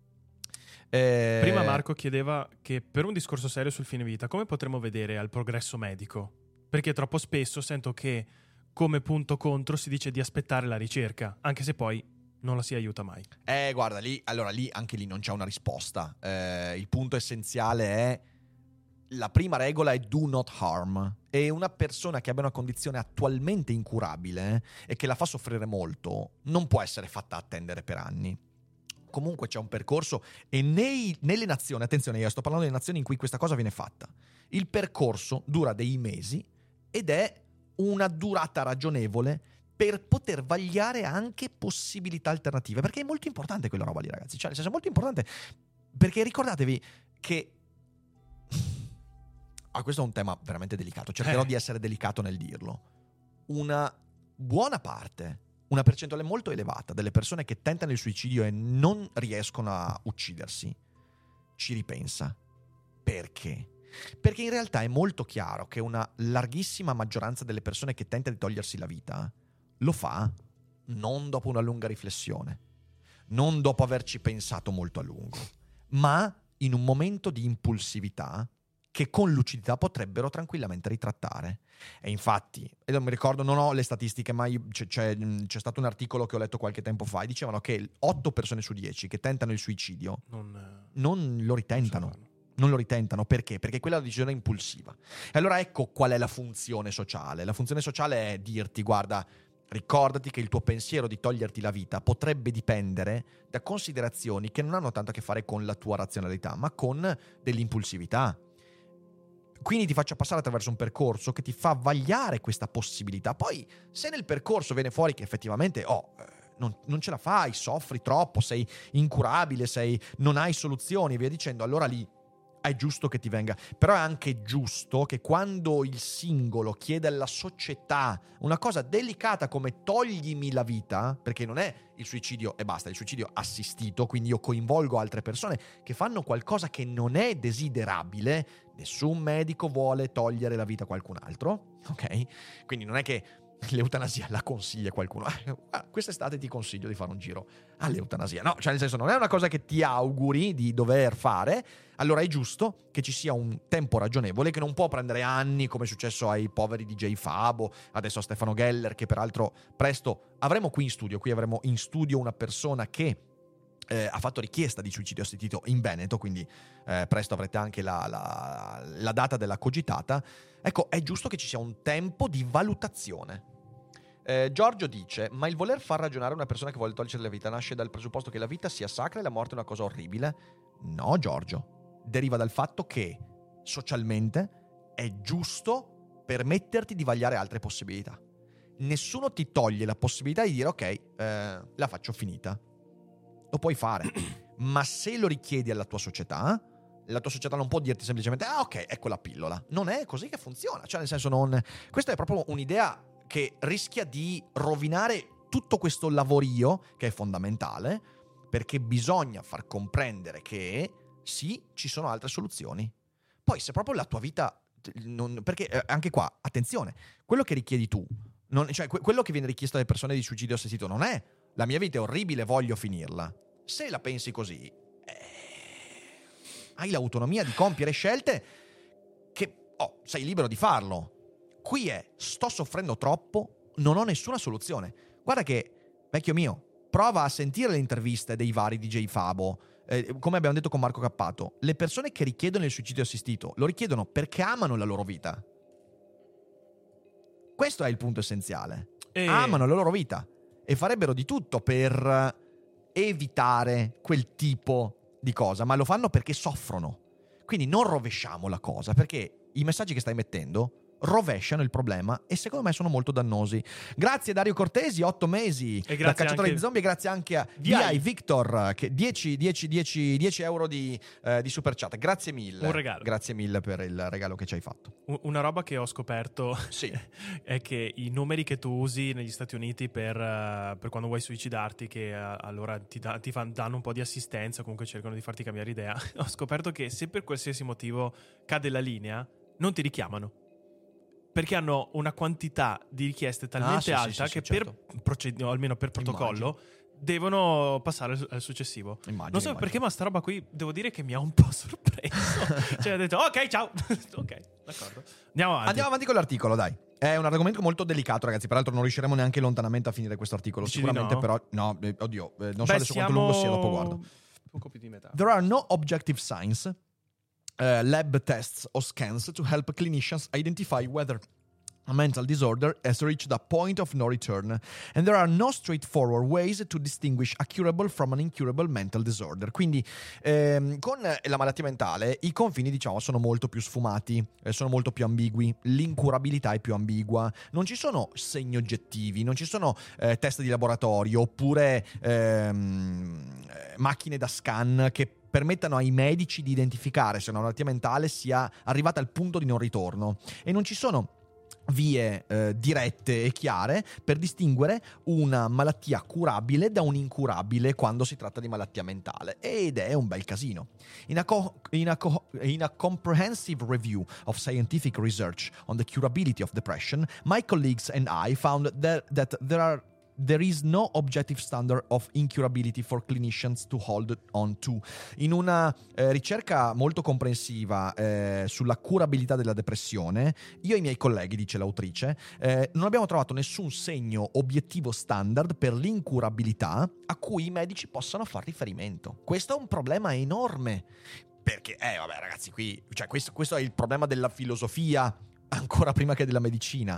Eh... Prima Marco chiedeva che per un discorso serio sul fine vita come potremmo vedere al progresso medico? Perché troppo spesso sento che come punto contro si dice di aspettare la ricerca, anche se poi non la si aiuta mai. Eh, guarda, lì, allora lì, anche lì non c'è una risposta. Eh, il punto essenziale è, la prima regola è do not harm. E una persona che abbia una condizione attualmente incurabile e che la fa soffrire molto, non può essere fatta attendere per anni. Comunque c'è un percorso, e nei, nelle nazioni, attenzione, io sto parlando delle nazioni in cui questa cosa viene fatta. Il percorso dura dei mesi ed è una durata ragionevole per poter vagliare anche possibilità alternative, perché è molto importante quella roba lì, ragazzi, cioè nel senso è molto importante, perché ricordatevi che ah, questo è un tema veramente delicato, cercherò eh. di essere delicato nel dirlo. Una buona parte, una percentuale molto elevata delle persone che tentano il suicidio e non riescono a uccidersi ci ripensa. Perché? Perché in realtà è molto chiaro che una larghissima maggioranza delle persone che tenta di togliersi la vita lo fa non dopo una lunga riflessione, non dopo averci pensato molto a lungo, ma in un momento di impulsività che con lucidità potrebbero tranquillamente ritrattare. E infatti, e non mi ricordo, non ho le statistiche, ma io, c'è, c'è, c'è stato un articolo che ho letto qualche tempo fa e dicevano che otto persone su dieci che tentano il suicidio non, non lo ritentano. Non Non lo ritentano, perché? Perché quella è una decisione impulsiva. E allora ecco qual è la funzione sociale. La funzione sociale è dirti, guarda, ricordati che il tuo pensiero di toglierti la vita potrebbe dipendere da considerazioni che non hanno tanto a che fare con la tua razionalità, ma con dell'impulsività. Quindi ti faccio passare attraverso un percorso che ti fa vagliare questa possibilità. Poi, se nel percorso viene fuori che effettivamente, oh, non, non ce la fai, soffri troppo, sei incurabile, sei, non hai soluzioni e via dicendo, allora lì è giusto che ti venga. Però è anche giusto che quando il singolo chiede alla società una cosa delicata come toglimi la vita, perché non è il suicidio e basta, il suicidio assistito, quindi io coinvolgo altre persone che fanno qualcosa che non è desiderabile, nessun medico vuole togliere la vita a qualcun altro, ok? Quindi non è che l'eutanasia la consiglia qualcuno. Ah, quest'estate ti consiglio di fare un giro all'eutanasia. No, cioè nel senso non è una cosa che ti auguri di dover fare. Allora è giusto che ci sia un tempo ragionevole, che non può prendere anni come è successo ai poveri D J Fabo, adesso a Stefano Geller, che peraltro presto avremo qui in studio. Qui avremo in studio una persona che Eh, ha fatto richiesta di suicidio assistito in Veneto, quindi eh, presto avrete anche la, la, la data della cogitata. Ecco, è giusto che ci sia un tempo di valutazione. Eh, Giorgio dice, ma il voler far ragionare una persona che vuole togliersi la vita nasce dal presupposto che la vita sia sacra e la morte è una cosa orribile? No, Giorgio, deriva dal fatto che socialmente è giusto permetterti di vagliare altre possibilità. Nessuno ti toglie la possibilità di dire ok, eh, la faccio finita. Lo puoi fare, ma se lo richiedi alla tua società, la tua società non può dirti semplicemente ah ok, ecco la pillola. Non è così che funziona, cioè nel senso non... Questa è proprio un'idea che rischia di rovinare tutto questo lavorio che è fondamentale, perché bisogna far comprendere che sì, ci sono altre soluzioni. Poi se proprio la tua vita... Non, perché eh, anche qua, attenzione, quello che richiedi tu, non, cioè que- quello che viene richiesto alle persone di suicidio assistito non è la mia vita è orribile, voglio finirla. Se la pensi così, hai l'autonomia di compiere scelte che, oh, sei libero di farlo. Qui è, sto soffrendo troppo, non ho nessuna soluzione. Guarda che, vecchio mio, prova a sentire le interviste dei vari D J Fabo. Eh, come abbiamo detto con Marco Cappato, le persone che richiedono il suicidio assistito lo richiedono perché amano la loro vita. Questo è il punto essenziale. E... amano la loro vita e farebbero di tutto per evitare quel tipo di cosa, ma lo fanno perché soffrono. Quindi non rovesciamo la cosa, perché i messaggi che stai mettendo rovesciano il problema e secondo me sono molto dannosi. Grazie Dario Cortesi, otto mesi e da Cacciatore anche... di Zombie, e grazie anche a V I Victor che dieci, dieci, dieci, dieci euro di, eh, di super chat. Grazie mille. Un regalo. Grazie mille per il regalo che ci hai fatto. Una roba che ho scoperto sì. è che i numeri che tu usi negli Stati Uniti per, uh, per quando vuoi suicidarti, che uh, allora ti, da, ti fan, danno un po' di assistenza, comunque cercano di farti cambiare idea, ho scoperto che se per qualsiasi motivo cade la linea, non ti richiamano. Perché hanno una quantità di richieste talmente ah, sì, alta sì, sì, che sì, certo. per proced- almeno per protocollo Immagino. devono passare al successivo. Immagino, non so immagino. perché, ma sta roba qui devo dire che mi ha un po' sorpreso. Cioè ho detto ok, ciao. Ok, d'accordo. Andiamo avanti. Andiamo avanti con l'articolo, dai. È un argomento molto delicato, ragazzi. Peraltro non riusciremo neanche lontanamente a finire questo articolo. Dici Sicuramente, no? però no, eh, oddio, eh, non Beh, so adesso siamo... quanto lungo sia, dopo guardo. Poco più di metà. There are no objective signs, uh, lab tests or scans to help clinicians identify whether a mental disorder has reached a point of no return, and there are no straightforward ways to distinguish a curable from an incurable mental disorder. Quindi ehm, con la malattia mentale i confini, diciamo, sono molto più sfumati, eh, sono molto più ambigui, l'incurabilità è più ambigua, non ci sono segni oggettivi, non ci sono eh, test di laboratorio oppure ehm, macchine da scan che permettano ai medici di identificare se una malattia mentale sia arrivata al punto di non ritorno, e non ci sono vie eh, dirette e chiare per distinguere una malattia curabile da un incurabile quando si tratta di malattia mentale, ed è un bel casino. In a, co- in a, co- in a comprehensive review of scientific research on the curability of depression, my colleagues and I found that, that there are There is no objective standard of incurability for clinicians to hold on to. In una eh, ricerca molto comprensiva eh, sulla curabilità della depressione, io e i miei colleghi, dice l'autrice, eh, non abbiamo trovato nessun segno obiettivo standard per l'incurabilità a cui i medici possano far riferimento. Questo è un problema enorme, perché, eh vabbè ragazzi, qui, cioè questo, questo è il problema della filosofia ancora prima che della medicina,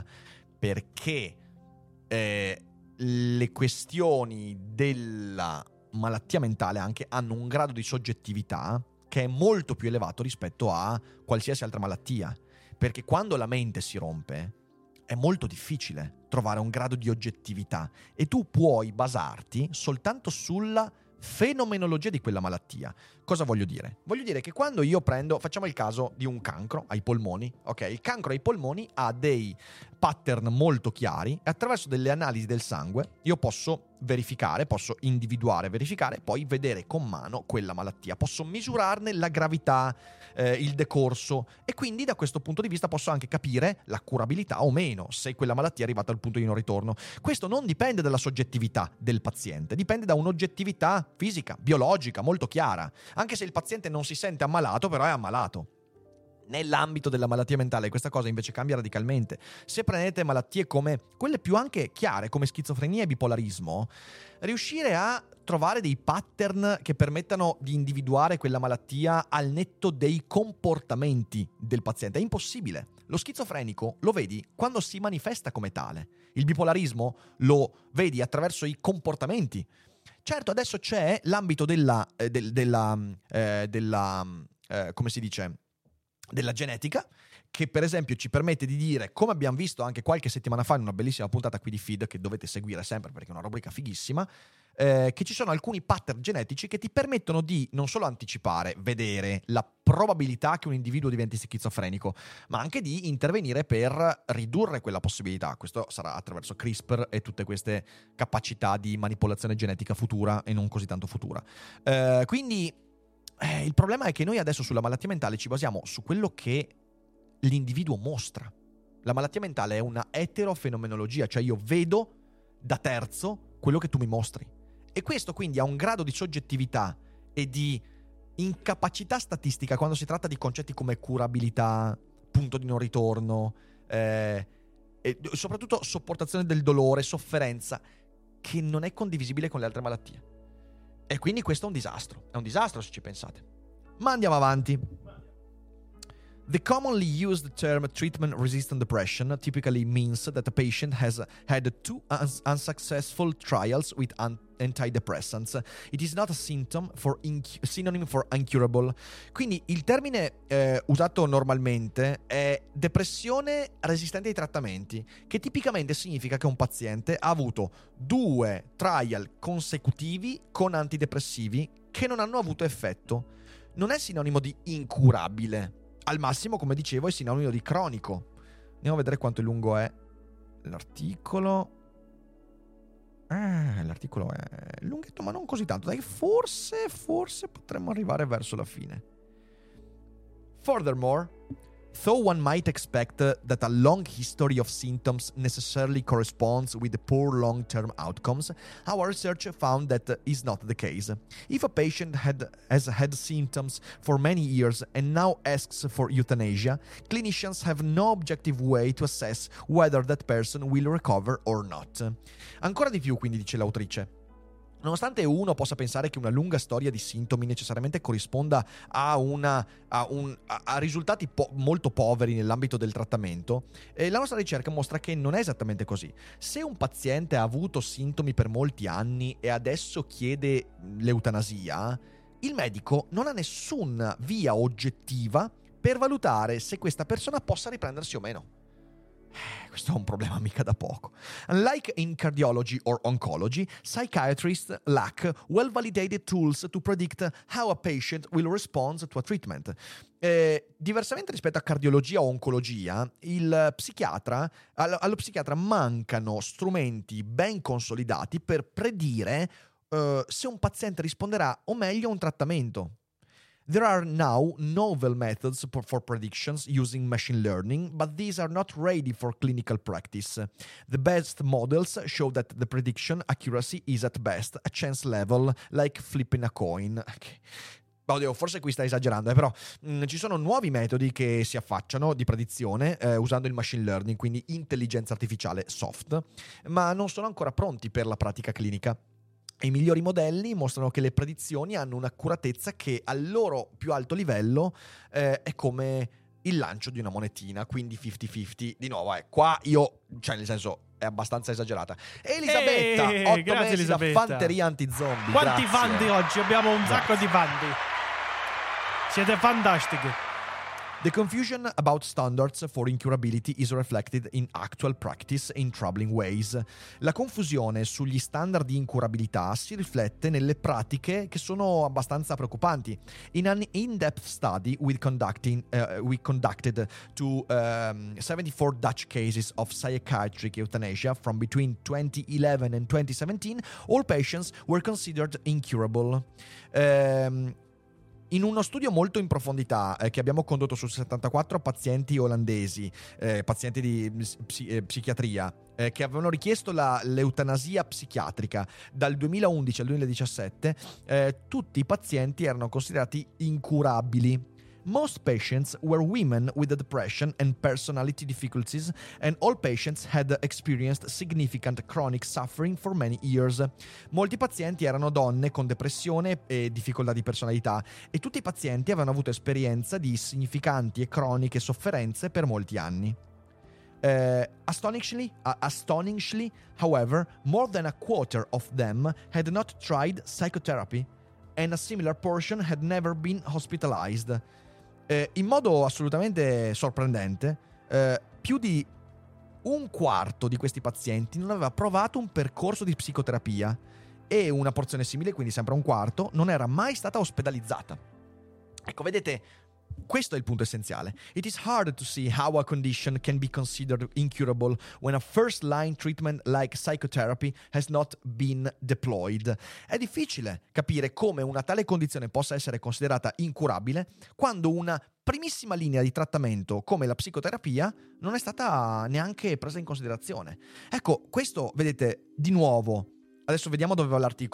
perché eh, le questioni della malattia mentale anche hanno un grado di soggettività che è molto più elevato rispetto a qualsiasi altra malattia, perché quando la mente si rompe è molto difficile trovare un grado di oggettività e tu puoi basarti soltanto sulla fenomenologia di quella malattia. Cosa voglio dire? Voglio dire che quando io prendo, facciamo il caso di un cancro ai polmoni, ok? Il cancro ai polmoni ha dei pattern molto chiari e attraverso delle analisi del sangue io posso verificare, posso individuare, verificare, poi vedere con mano quella malattia, posso misurarne la gravità, eh, il decorso, e quindi da questo punto di vista posso anche capire la curabilità o meno, se quella malattia è arrivata al punto di non ritorno. Questo non dipende dalla soggettività del paziente, dipende da un'oggettività fisica, biologica, molto chiara, anche se il paziente non si sente ammalato, però è ammalato. Nell'ambito della malattia mentale questa cosa invece cambia radicalmente. Se prendete malattie come quelle più anche chiare, come schizofrenia e bipolarismo, riuscire a trovare dei pattern che permettano di individuare quella malattia al netto dei comportamenti del paziente è impossibile. Lo schizofrenico lo vedi quando si manifesta come tale, il bipolarismo lo vedi attraverso i comportamenti. Certo, adesso c'è l'ambito della eh, del, della eh, della eh, come si dice della genetica, che per esempio ci permette di dire, come abbiamo visto anche qualche settimana fa in una bellissima puntata qui di Feed che dovete seguire sempre perché è una rubrica fighissima, eh, che ci sono alcuni pattern genetici che ti permettono di non solo anticipare, vedere la probabilità che un individuo diventi schizofrenico, ma anche di intervenire per ridurre quella possibilità. Questo sarà attraverso CRISPR e tutte queste capacità di manipolazione genetica futura e non così tanto futura. Eh, quindi Eh, il problema è che noi adesso sulla malattia mentale ci basiamo su quello che l'individuo mostra. La malattia mentale è una eterofenomenologia, cioè io vedo da terzo quello che tu mi mostri. E questo quindi ha un grado di soggettività e di incapacità statistica quando si tratta di concetti come curabilità, punto di non ritorno, eh, e soprattutto sopportazione del dolore, sofferenza, che non è condivisibile con le altre malattie. E quindi questo è un disastro. È un disastro se ci pensate. Ma andiamo avanti. The commonly used term treatment-resistant depression typically means that a patient has had two uns- unsuccessful trials with un- antidepressants. It is not a symptom for inc- synonym for incurable. Quindi il termine eh, usato normalmente è depressione resistente ai trattamenti, che tipicamente significa che un paziente ha avuto due trial consecutivi con antidepressivi che non hanno avuto effetto. Non è sinonimo di incurabile. Al massimo, come dicevo, è sinonimo di cronico. Andiamo a vedere quanto è lungo è l'articolo. Ah, l'articolo è lunghetto, ma non così tanto. Dai, forse, forse potremmo arrivare verso la fine. Furthermore, though one might expect uh, that a long history of symptoms necessarily corresponds with poor long-term outcomes, our research found that uh, is not the case. If a patient had, has had symptoms for many years and now asks for euthanasia, clinicians have no objective way to assess whether that person will recover or not. Ancora di più, quindi, dice l'autrice. Nonostante uno possa pensare che una lunga storia di sintomi necessariamente corrisponda a, una, a, un, a, a risultati po- molto poveri nell'ambito del trattamento, eh, la nostra ricerca mostra che non è esattamente così. Se un paziente ha avuto sintomi per molti anni e adesso chiede l'eutanasia, il medico non ha nessuna via oggettiva per valutare se questa persona possa riprendersi o meno. Questo è un problema mica da poco. Unlike in cardiology or oncology, psychiatrists lack well-validated tools to predict how a patient will respond to a treatment. Eh, diversamente rispetto a cardiologia o oncologia, il psichiatra, allo, allo psichiatra mancano strumenti ben consolidati per predire uh, se un paziente risponderà o meglio a un trattamento. There are now novel methods for predictions using machine learning, but these are not ready for clinical practice. The best models show that the prediction accuracy is at best a chance level, like flipping a coin. Okay. Oddio, forse qui sta esagerando, eh, però mh, ci sono nuovi metodi che si affacciano di predizione eh, usando il machine learning, quindi intelligenza artificiale soft, ma non sono ancora pronti per la pratica clinica. I migliori modelli mostrano che le predizioni hanno un'accuratezza che al loro più alto livello eh, è come il lancio di una monetina, quindi cinquanta cinquanta. Di nuovo, eh, qua io, cioè nel senso, è abbastanza esagerata. Elisabetta, Eeeh, otto grazie, mesi Elisabetta. da fanteria anti-zombie. Quanti grazie. fanti oggi? Abbiamo un Grazie. sacco di fanti. Siete fantastici. The confusion about standards for incurability is reflected in actual practice in troubling ways. La confusione sugli standard di incurabilità si riflette nelle pratiche che sono abbastanza preoccupanti. In an in-depth study we, conducting, uh, we conducted to um, seventy-four Dutch cases of psychiatric euthanasia from between twenty eleven and twenty seventeen, all patients were considered incurable. Um, In uno studio molto in profondità eh, che abbiamo condotto su settantaquattro pazienti olandesi, eh, pazienti di psi- eh, psichiatria, eh, che avevano richiesto la, l'eutanasia psichiatrica dal duemilaundici al duemiladiciassette, eh, tutti i pazienti erano considerati incurabili. Most patients were women with depression and personality difficulties, and all patients had experienced significant chronic suffering for many years. Molti pazienti erano donne con depressione e difficoltà di personalità, e tutti i pazienti avevano avuto esperienza di significanti e croniche sofferenze per molti anni. Uh, astonishingly, uh, astonishingly, however, more than a quarter of them had not tried psychotherapy, and a similar portion had never been hospitalized. Eh, in modo assolutamente sorprendente, eh, più di un quarto di questi pazienti non aveva provato un percorso di psicoterapia e una porzione simile, quindi sempre un quarto, non era mai stata ospedalizzata. Ecco, vedete, questo è il punto essenziale. It is hard to see how a condition can be considered incurable when a first-line treatment like psychotherapy has not been deployed. È difficile capire come una tale condizione possa essere considerata incurabile quando una primissima linea di trattamento come la psicoterapia non è stata neanche presa in considerazione. Ecco, questo, vedete, di nuovo, adesso vediamo dove va l'articolo.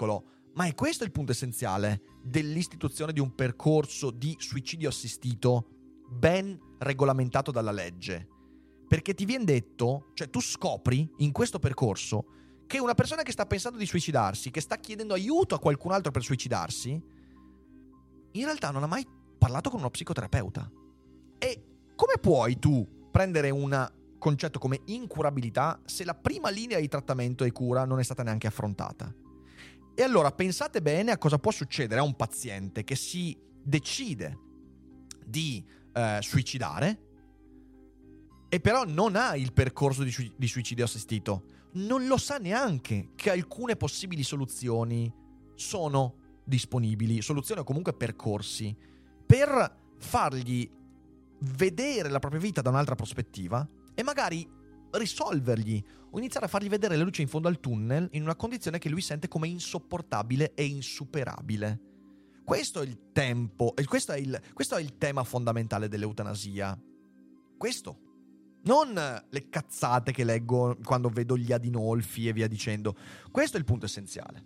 Ma è questo il punto essenziale dell'istituzione di un percorso di suicidio assistito ben regolamentato dalla legge. Perché ti viene detto, cioè tu scopri in questo percorso che una persona che sta pensando di suicidarsi, che sta chiedendo aiuto a qualcun altro per suicidarsi, in realtà non ha mai parlato con uno psicoterapeuta. E come puoi tu prendere un concetto come incurabilità se la prima linea di trattamento e cura non è stata neanche affrontata? E allora pensate bene a cosa può succedere a un paziente che si decide di eh, suicidare e però non ha il percorso di, su- di suicidio assistito. Non lo sa neanche che alcune possibili soluzioni sono disponibili, soluzioni o comunque percorsi, per fargli vedere la propria vita da un'altra prospettiva e magari risolvergli o iniziare a fargli vedere la luce in fondo al tunnel in una condizione che lui sente come insopportabile e insuperabile. Questo è il tempo, e questo è il, questo è il tema fondamentale dell'eutanasia. Questo. Non le cazzate che leggo quando vedo gli Adinolfi e via dicendo. Questo è il punto essenziale.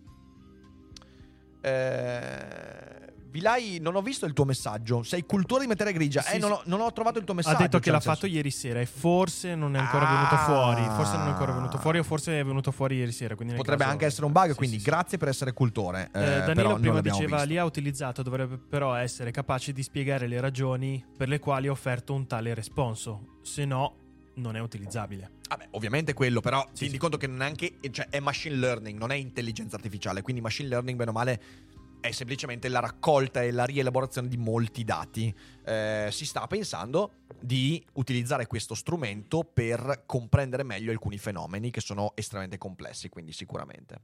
Eh... Vilai, non ho visto il tuo messaggio. Sei cultore di materia grigia. Sì, eh, non ho, non ho trovato il tuo messaggio. Ha detto che cioè, l'ha nel senso... fatto ieri sera e forse non è ancora Ah. venuto fuori. Forse non è ancora venuto fuori o forse è venuto fuori ieri sera. Quindi nel Potrebbe caso... anche essere un bug, Sì, quindi sì, sì. grazie per essere cultore. Eh, Eh, però Danilo non prima l'abbiamo diceva visto. lì ha utilizzato, dovrebbe però essere capace di spiegare le ragioni per le quali ha offerto un tale responso, se no non è utilizzabile. Vabbè, ovviamente quello, però Sì, tieni sì. conto che non è anche, cioè è machine learning, non è intelligenza artificiale, quindi machine learning bene o male è semplicemente la raccolta e la rielaborazione di molti dati. Eh, si sta pensando di utilizzare questo strumento per comprendere meglio alcuni fenomeni che sono estremamente complessi, quindi sicuramente.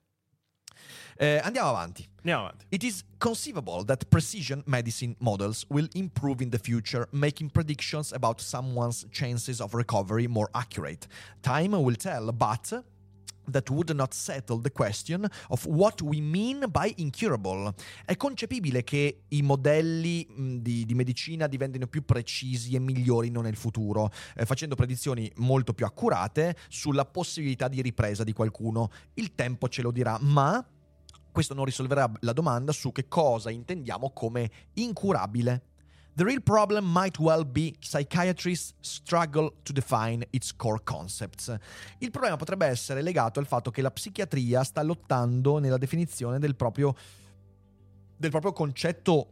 Eh, andiamo avanti. Andiamo avanti. It is conceivable that precision medicine models will improve in the future, making predictions about someone's chances of recovery more accurate. Time will tell, but that would not settle the question of what we mean by incurable. È concepibile che i modelli mh, di, di medicina diventino più precisi e migliorino nel futuro, eh, facendo predizioni molto più accurate sulla possibilità di ripresa di qualcuno. Il tempo ce lo dirà, ma questo non risolverà la domanda su che cosa intendiamo come incurabile. The real problem might well be psychiatrists struggle to define its core concepts. Il problema potrebbe essere legato al fatto che la psichiatria sta lottando nella definizione del proprio, del proprio concetto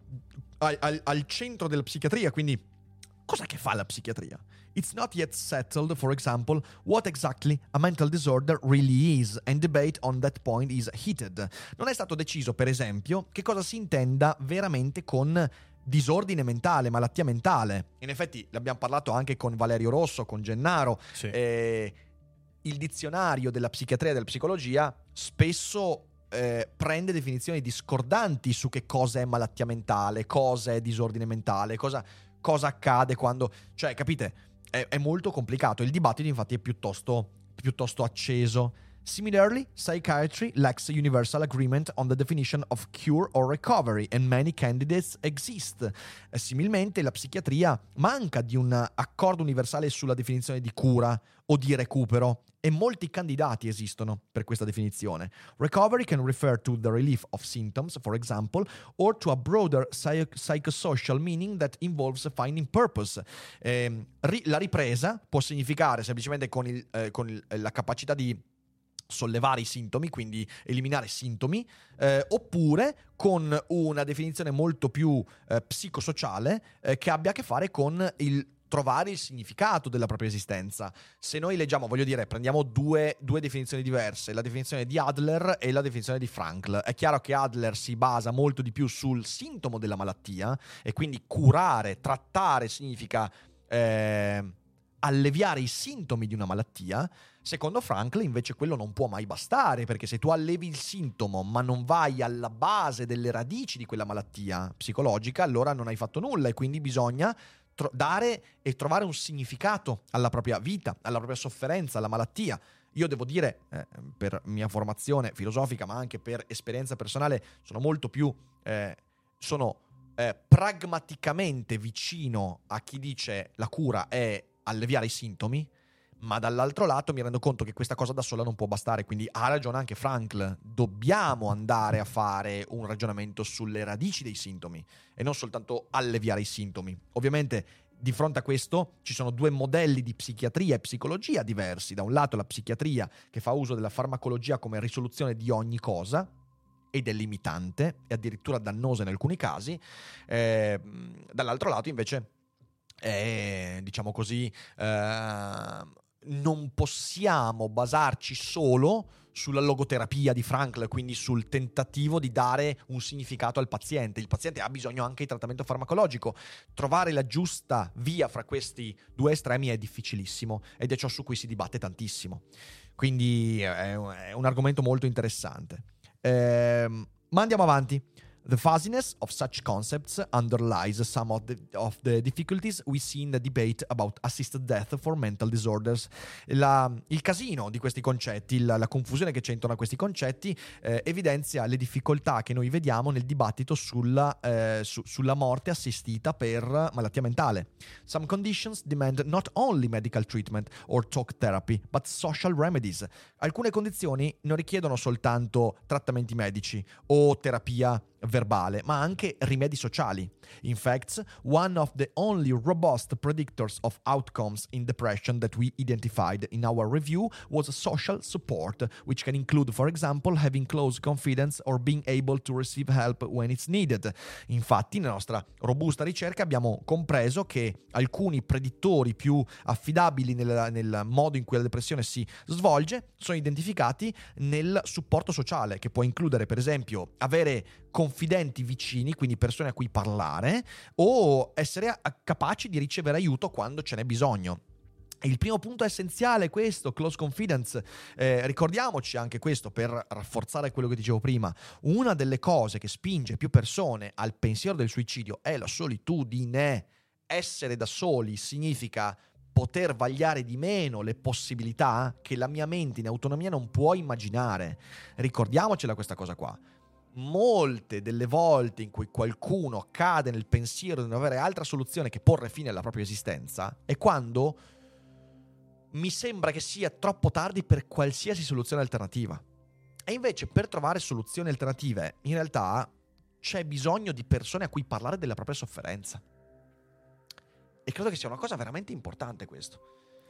al, al, al centro della psichiatria, quindi cos'è che fa la psichiatria? It's not yet settled, for example, what exactly a mental disorder really is, and debate on that point is heated. Non è stato deciso, per esempio, che cosa si intenda veramente con disordine mentale, malattia mentale. In effetti l'abbiamo parlato anche con Valerio Rosso, con Gennaro. Sì. Eh, il dizionario della psichiatria e della psicologia spesso eh, prende definizioni discordanti su che cosa è malattia mentale, cosa è disordine mentale, cosa, cosa accade quando... Cioè, capite? È, è molto complicato. Il dibattito infatti è piuttosto, piuttosto acceso. Similarly, psychiatry lacks a universal agreement on the definition of cure or recovery, and many candidates exist. Eh, similmente, la psichiatria manca di un accordo universale sulla definizione di cura o di recupero, e molti candidati esistono per questa definizione. Recovery can refer to the relief of symptoms, for example, or to a broader psych- psychosocial meaning that involves finding purpose. Eh, ri- la ripresa può significare semplicemente con, il, eh, con il, la capacità di sollevare i sintomi, quindi eliminare sintomi, eh, oppure con una definizione molto più eh, psicosociale eh, che abbia a che fare con il trovare il significato della propria esistenza. Se noi leggiamo, voglio dire, prendiamo due, due definizioni diverse, la definizione di Adler e la definizione di Frankl. È chiaro che Adler si basa molto di più sul sintomo della malattia, e quindi curare, trattare significa eh, alleviare i sintomi di una malattia. Secondo Frankl invece quello non può mai bastare, perché se tu allevi il sintomo ma non vai alla base delle radici di quella malattia psicologica, allora non hai fatto nulla, e quindi bisogna tro- dare e trovare un significato alla propria vita, alla propria sofferenza, alla malattia. Io devo dire, eh, per mia formazione filosofica ma anche per esperienza personale, sono molto più eh, sono eh, pragmaticamente vicino a chi dice la cura è alleviare i sintomi, Ma dall'altro lato mi rendo conto che questa cosa da sola non può bastare, quindi ha ragione anche Frankl, dobbiamo andare a fare un ragionamento sulle radici dei sintomi e non soltanto alleviare i sintomi. Ovviamente di fronte a questo ci sono due modelli di psichiatria e psicologia diversi. Da un lato la psichiatria che fa uso della farmacologia come risoluzione di ogni cosa ed è limitante e addirittura dannosa in alcuni casi, eh, dall'altro lato invece è, diciamo così, eh, non possiamo basarci solo sulla logoterapia di Frankl, quindi sul tentativo di dare un significato al paziente. Il paziente ha bisogno anche di trattamento farmacologico. Trovare la giusta via fra questi due estremi è difficilissimo ed è ciò su cui si dibatte tantissimo. Quindi è un argomento molto interessante. Eh, ma andiamo avanti. The fuzziness of such concepts underlies some of the, of the difficulties we see in the debate about assisted death for mental disorders. La, il casino di questi concetti, la, la confusione che c'è intorno a questi concetti eh, evidenzia le difficoltà che noi vediamo nel dibattito sulla, eh, su, sulla morte assistita per malattia mentale. Some conditions demand not only medical treatment or talk therapy, but social remedies. Alcune condizioni non richiedono soltanto trattamenti medici o terapia verbale, ma anche rimedi sociali. In fact, one of the only robust predictors of outcomes in depression that we identified in our review was social support, which can include, for example, having close confidence or being able to receive help when it's needed. Infatti, nella nostra robusta ricerca abbiamo compreso che alcuni predittori più affidabili nel, nel modo in cui la depressione si svolge sono identificati nel supporto sociale, che può includere, per esempio, avere confidenti vicini, quindi persone a cui parlare, o essere capaci di ricevere aiuto quando ce n'è bisogno. Il primo punto essenziale è questo, close confidence. Eh, ricordiamoci anche questo per rafforzare quello che dicevo prima. Una delle cose che spinge più persone al pensiero del suicidio è la solitudine. Essere da soli significa poter vagliare di meno le possibilità che la mia mente in autonomia non può immaginare. Ricordiamocela questa cosa qua. Molte delle volte in cui qualcuno cade nel pensiero di non avere altra soluzione che porre fine alla propria esistenza è quando mi sembra che sia troppo tardi per qualsiasi soluzione alternativa. E invece per trovare soluzioni alternative in realtà c'è bisogno di persone a cui parlare della propria sofferenza. E credo che sia una cosa veramente importante questo.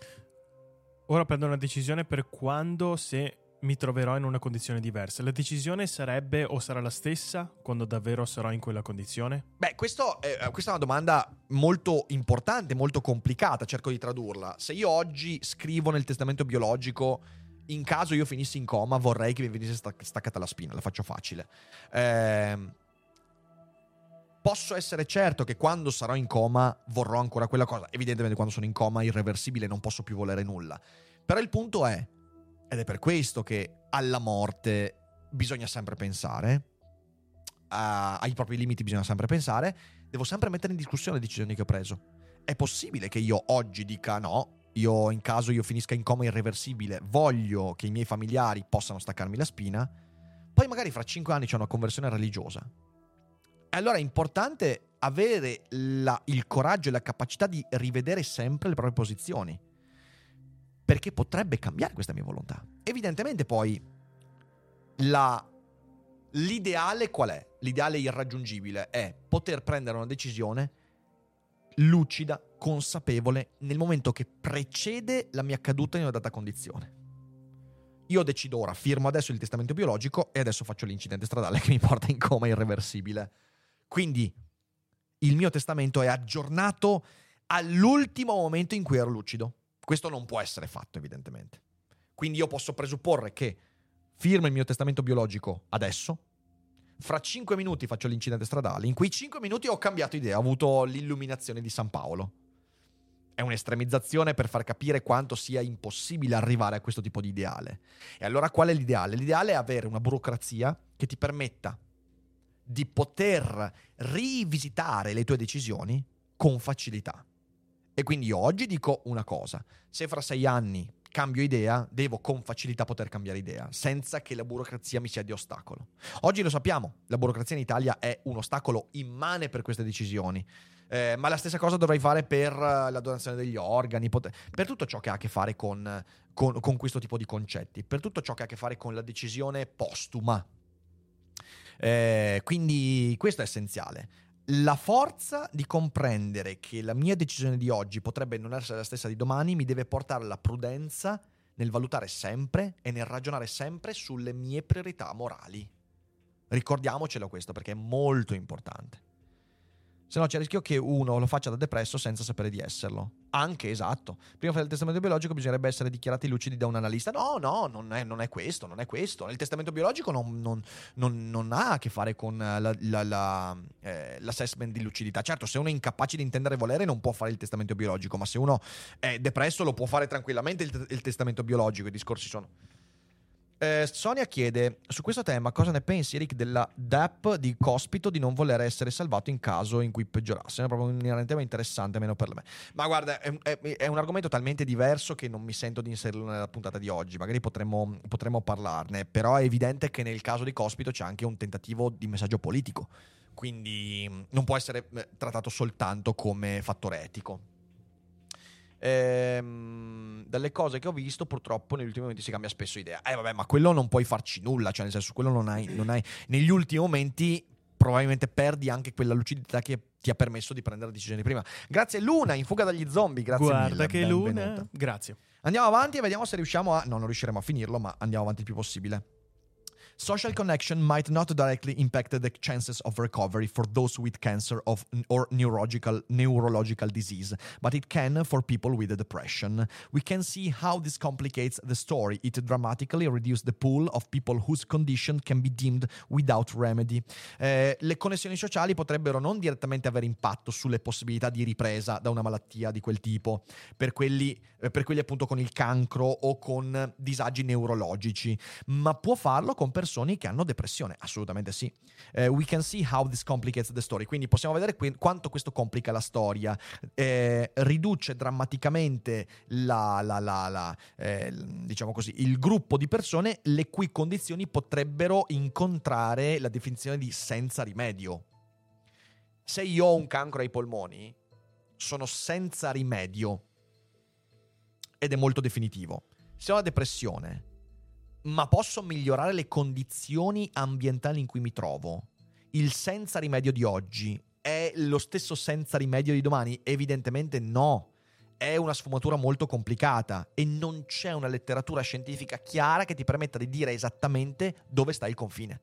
Ora prendo una decisione per quando, se mi troverò in una condizione diversa. La decisione sarebbe o sarà la stessa quando davvero sarò in quella condizione? Beh, questo è, questa è una domanda molto importante, molto complicata, cerco di tradurla. Se io oggi scrivo nel testamento biologico, in caso io finissi in coma, vorrei che mi venisse staccata la spina, la faccio facile. Eh, posso essere certo che quando sarò in coma vorrò ancora quella cosa. Evidentemente quando sono in coma irreversibile non posso più volere nulla. Però il punto è, ed è per questo che alla morte bisogna sempre pensare, a, ai propri limiti bisogna sempre pensare, devo sempre mettere in discussione le decisioni che ho preso. È possibile che io oggi dica no, io in caso io finisca in coma irreversibile, voglio che i miei familiari possano staccarmi la spina, poi magari fra cinque anni c'è una conversione religiosa. E allora è importante avere la, il coraggio e la capacità di rivedere sempre le proprie posizioni, perché potrebbe cambiare questa mia volontà. Evidentemente poi la, l'ideale qual è? L'ideale irraggiungibile è poter prendere una decisione lucida, consapevole, nel momento che precede la mia caduta in una data condizione. Io decido ora, firmo adesso il testamento biologico e adesso faccio l'incidente stradale che mi porta in coma irreversibile. Quindi il mio testamento è aggiornato all'ultimo momento in cui ero lucido. Questo non può essere fatto, evidentemente. Quindi io posso presupporre che firmo il mio testamento biologico adesso, fra cinque minuti faccio l'incidente stradale, in quei cinque minuti ho cambiato idea, ho avuto l'illuminazione di San Paolo. È un'estremizzazione per far capire quanto sia impossibile arrivare a questo tipo di ideale. E allora qual è l'ideale? L'ideale è avere una burocrazia che ti permetta di poter rivisitare le tue decisioni con facilità. E quindi io oggi dico una cosa: se fra sei anni cambio idea, devo con facilità poter cambiare idea, senza che la burocrazia mi sia di ostacolo. Oggi lo sappiamo, la burocrazia in Italia è un ostacolo immane per queste decisioni. Eh, ma la stessa cosa dovrei fare per uh, la donazione degli organi, pot- per tutto ciò che ha a che fare con, con, con questo tipo di concetti, per tutto ciò che ha a che fare con la decisione postuma. Eh, quindi questo è essenziale. La forza di comprendere che la mia decisione di oggi potrebbe non essere la stessa di domani mi deve portare alla prudenza nel valutare sempre e nel ragionare sempre sulle mie priorità morali. Ricordiamocelo questo, perché è molto importante. Se no c'è il rischio che uno lo faccia da depresso senza sapere di esserlo. Anche, esatto. Prima di fare il testamento biologico bisognerebbe essere dichiarati lucidi da un analista. No, no, non è, non è questo, non è questo. Il testamento biologico non, non, non, non ha a che fare con la, la, la, eh, l'assessment di lucidità. Certo, se uno è incapace di intendere e volere non può fare il testamento biologico, ma se uno è depresso lo può fare tranquillamente il, il testamento biologico. I discorsi sono... Eh, Sonia chiede su questo tema cosa ne pensi, Eric, della D A P di Cospito di non voler essere salvato in caso in cui peggiorasse. È proprio un tema interessante, almeno per me. Ma guarda, è, è, è un argomento talmente diverso che non mi sento di inserirlo nella puntata di oggi. Magari potremmo, potremmo parlarne, però è evidente che nel caso di Cospito c'è anche un tentativo di messaggio politico, quindi non può essere trattato soltanto come fattore etico. Ehm, dalle cose che ho visto purtroppo negli ultimi momenti si cambia spesso idea. Eh vabbè, ma quello non puoi farci nulla, cioè nel senso, quello non hai, non hai negli ultimi momenti probabilmente perdi anche quella lucidità che ti ha permesso di prendere decisioni prima. Grazie Luna, in fuga dagli zombie, grazie Guarda mille. che benvenuta. Luna, grazie. Andiamo avanti e vediamo se riusciamo a... No, non riusciremo a finirlo, ma andiamo avanti il più possibile. Social connection might not directly impact the chances of recovery for those with cancer of, or neurological, neurological disease, but it can for people with depression. We can see how this complicates the story. It dramatically reduces the pool of people whose condition can be deemed without remedy. Eh, le connessioni sociali potrebbero non direttamente avere impatto sulle possibilità di ripresa da una malattia di quel tipo, per quelli, eh, per quelli appunto con il cancro o con disagi neurologici, ma può farlo con persone persone che hanno depressione, assolutamente sì. Uh, we can see how this complicates the story, quindi possiamo vedere que- quanto questo complica la storia, eh, riduce drammaticamente la, la, la, la eh, diciamo così, il gruppo di persone le cui condizioni potrebbero incontrare la definizione di senza rimedio. Se io ho un cancro ai polmoni, sono senza rimedio ed è molto definitivo. Se ho la depressione, ma posso migliorare le condizioni ambientali in cui mi trovo, il senza rimedio di oggi è lo stesso senza rimedio di domani? Evidentemente no. È una sfumatura molto complicata e non c'è una letteratura scientifica chiara che ti permetta di dire esattamente dove sta il confine.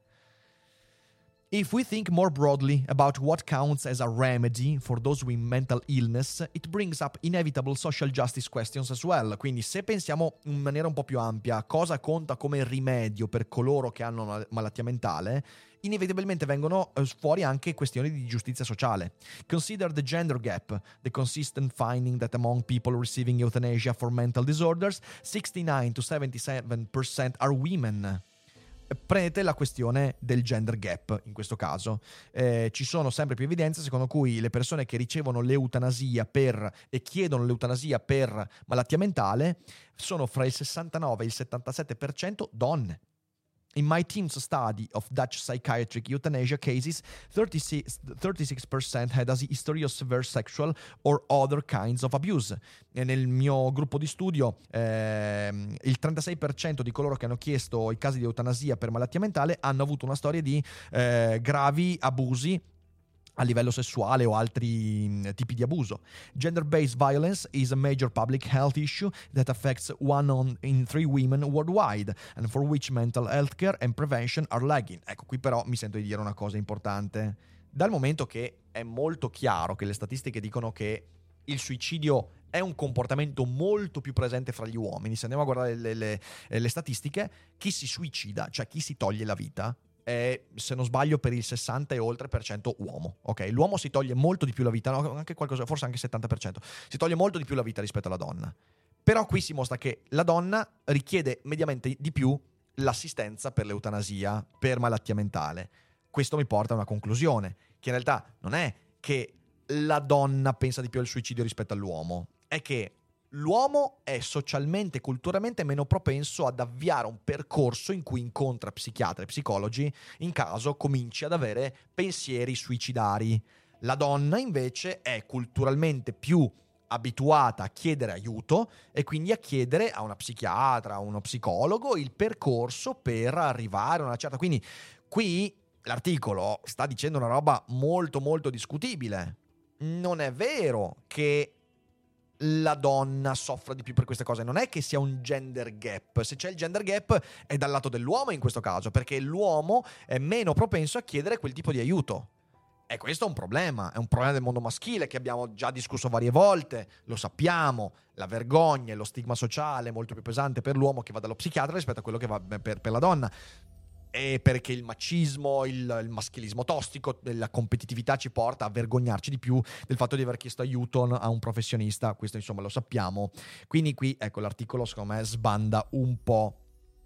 If we think more broadly about what counts as a remedy for those with mental illness, it brings up inevitable social justice questions as well. Quindi se pensiamo in maniera un po' più ampia cosa conta come rimedio per coloro che hanno una malattia mentale, inevitabilmente vengono fuori anche questioni di giustizia sociale. Consider the gender gap, the consistent finding that among people receiving euthanasia for mental disorders, sixty-nine to seventy-seven percent are women. Prendete la questione del gender gap in questo caso. Eh, ci sono sempre più evidenze secondo cui le persone che ricevono l'eutanasia per e chiedono l'eutanasia per malattia mentale sono fra il sessantanove e il settantasette per cento donne. In my team's study of Dutch psychiatric euthanasia cases, thirty-six, thirty-six percent had a history of severe sexual or other kinds of abuse. E nel mio gruppo di studio, ehm, il trentasei per cento di coloro che hanno chiesto i casi di eutanasia per malattia mentale hanno avuto una storia di eh, gravi abusi a livello sessuale o altri mh, tipi di abuso. Gender-based violence is a major public health issue that affects one on in three women worldwide and for which mental health care and prevention are lagging. Ecco, qui però mi sento di dire una cosa importante. Dal momento che è molto chiaro che le statistiche dicono che il suicidio è un comportamento molto più presente fra gli uomini, se andiamo a guardare le, le, le statistiche, chi si suicida, cioè chi si toglie la vita, è, se non sbaglio, per il sessanta e oltre per cento uomo. Ok, l'uomo si toglie molto di più la vita, no? Anche qualcosa, forse anche il settanta per cento. Si toglie molto di più la vita rispetto alla donna. Però qui si mostra che la donna richiede mediamente di più l'assistenza per l'eutanasia, per malattia mentale. Questo mi porta a una conclusione, che in realtà non è che la donna pensa di più al suicidio rispetto all'uomo, è che l'uomo è socialmente e culturalmente meno propenso ad avviare un percorso in cui incontra psichiatri e psicologi in caso cominci ad avere pensieri suicidari. La donna invece è culturalmente più abituata a chiedere aiuto e quindi a chiedere a una psichiatra, a uno psicologo il percorso per arrivare a una certa... Quindi qui l'articolo sta dicendo una roba molto molto discutibile. Non è vero che la donna soffra di più per queste cose, non è che sia un gender gap. Se c'è il gender gap è dal lato dell'uomo in questo caso, perché l'uomo è meno propenso a chiedere quel tipo di aiuto. E questo è un problema, è un problema del mondo maschile che abbiamo già discusso varie volte, lo sappiamo, la vergogna e lo stigma sociale è molto più pesante per l'uomo che va dallo psichiatra rispetto a quello che va per, per la donna. E perché il macismo, il, il maschilismo tossico, la competitività ci porta a vergognarci di più del fatto di aver chiesto aiuto a un professionista, questo insomma lo sappiamo. Quindi qui, ecco, l'articolo secondo me sbanda un po'.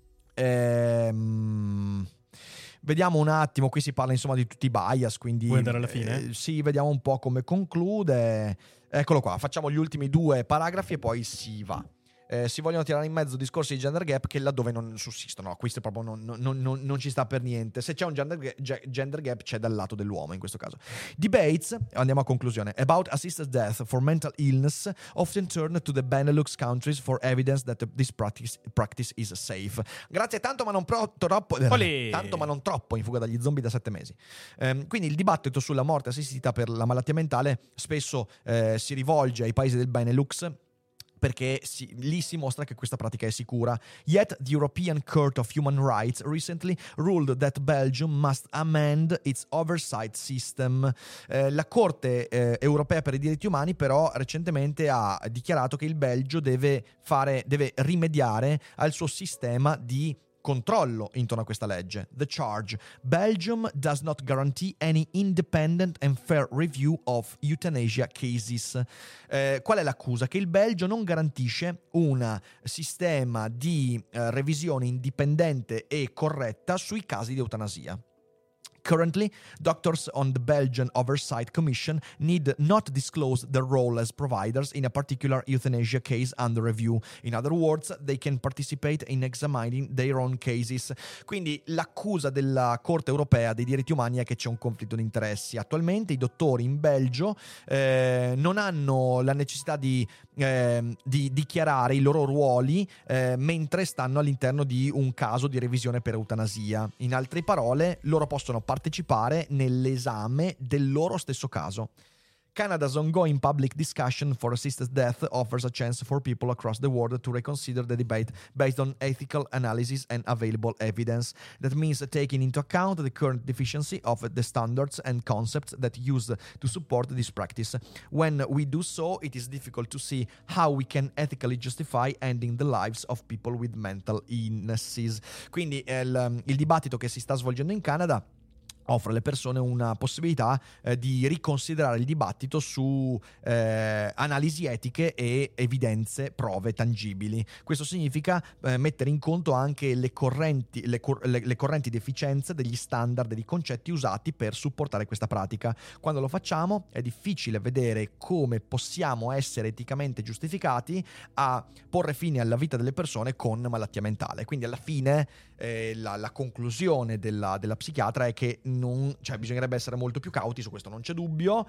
Ehm... Vediamo un attimo, qui si parla insomma di tutti i bias, quindi... Vuoi andare alla fine? Eh, sì, vediamo un po' come conclude. Eccolo qua, facciamo gli ultimi due paragrafi e poi si va. Eh, si vogliono tirare in mezzo discorsi di gender gap che laddove non sussistono. Questo proprio non, non, non, non ci sta per niente. Se c'è un gender gap, gender gap c'è dal lato dell'uomo in questo caso. Debates, andiamo a conclusione, about assisted death for mental illness often turn to the Benelux countries for evidence that this practice, practice is safe. Grazie tanto ma non pro, troppo eh, tanto ma non troppo in fuga dagli zombie da sette mesi. Eh, quindi il dibattito sulla morte assistita per la malattia mentale spesso eh, si rivolge ai paesi del Benelux, perché si, lì si mostra che questa pratica è sicura. Yet the European Court of Human Rights recently ruled that Belgium must amend its oversight system. Eh, la Corte eh, europea per i diritti umani però recentemente ha dichiarato che il Belgio deve fare, deve rimediare al suo sistema di controllo intorno a questa legge. The charge: Belgium does not guarantee any independent and fair review of euthanasia cases. Eh, qual è l'accusa? Che il Belgio non garantisce un sistema di eh, revisione indipendente e corretta sui casi di eutanasia. Currently, doctors on the Belgian Oversight Commission need not disclose their role as providers in a particular euthanasia case under review. In other words, they can participate in examining their own cases. Quindi l'accusa della Corte Europea dei diritti umani è che c'è un conflitto di interessi. Attualmente i dottori in Belgio eh, non hanno la necessità di, eh, di dichiarare i loro ruoli eh, mentre stanno all'interno di un caso di revisione per eutanasia. In altre parole, loro possono partecipare nell'esame del loro stesso caso. Canada's ongoing public discussion for assisted death offers a chance for people across the world to reconsider the debate based on ethical analysis and available evidence. That means taking into account the current deficiency of the standards and concepts that used to support this practice. When we do so, it is difficult to see how we can ethically justify ending the lives of people with mental illnesses. Quindi il, il dibattito che si sta svolgendo in Canada offre alle persone una possibilità eh, di riconsiderare il dibattito su eh, analisi etiche e evidenze, prove tangibili. Questo significa eh, mettere in conto anche le correnti, le, cor- le, le correnti deficienze degli standard e dei concetti usati per supportare questa pratica. Quando lo facciamo è difficile vedere come possiamo essere eticamente giustificati a porre fine alla vita delle persone con malattia mentale. Quindi alla fine eh, la, la conclusione della, della psichiatra è che non, cioè bisognerebbe essere molto più cauti, su questo non c'è dubbio,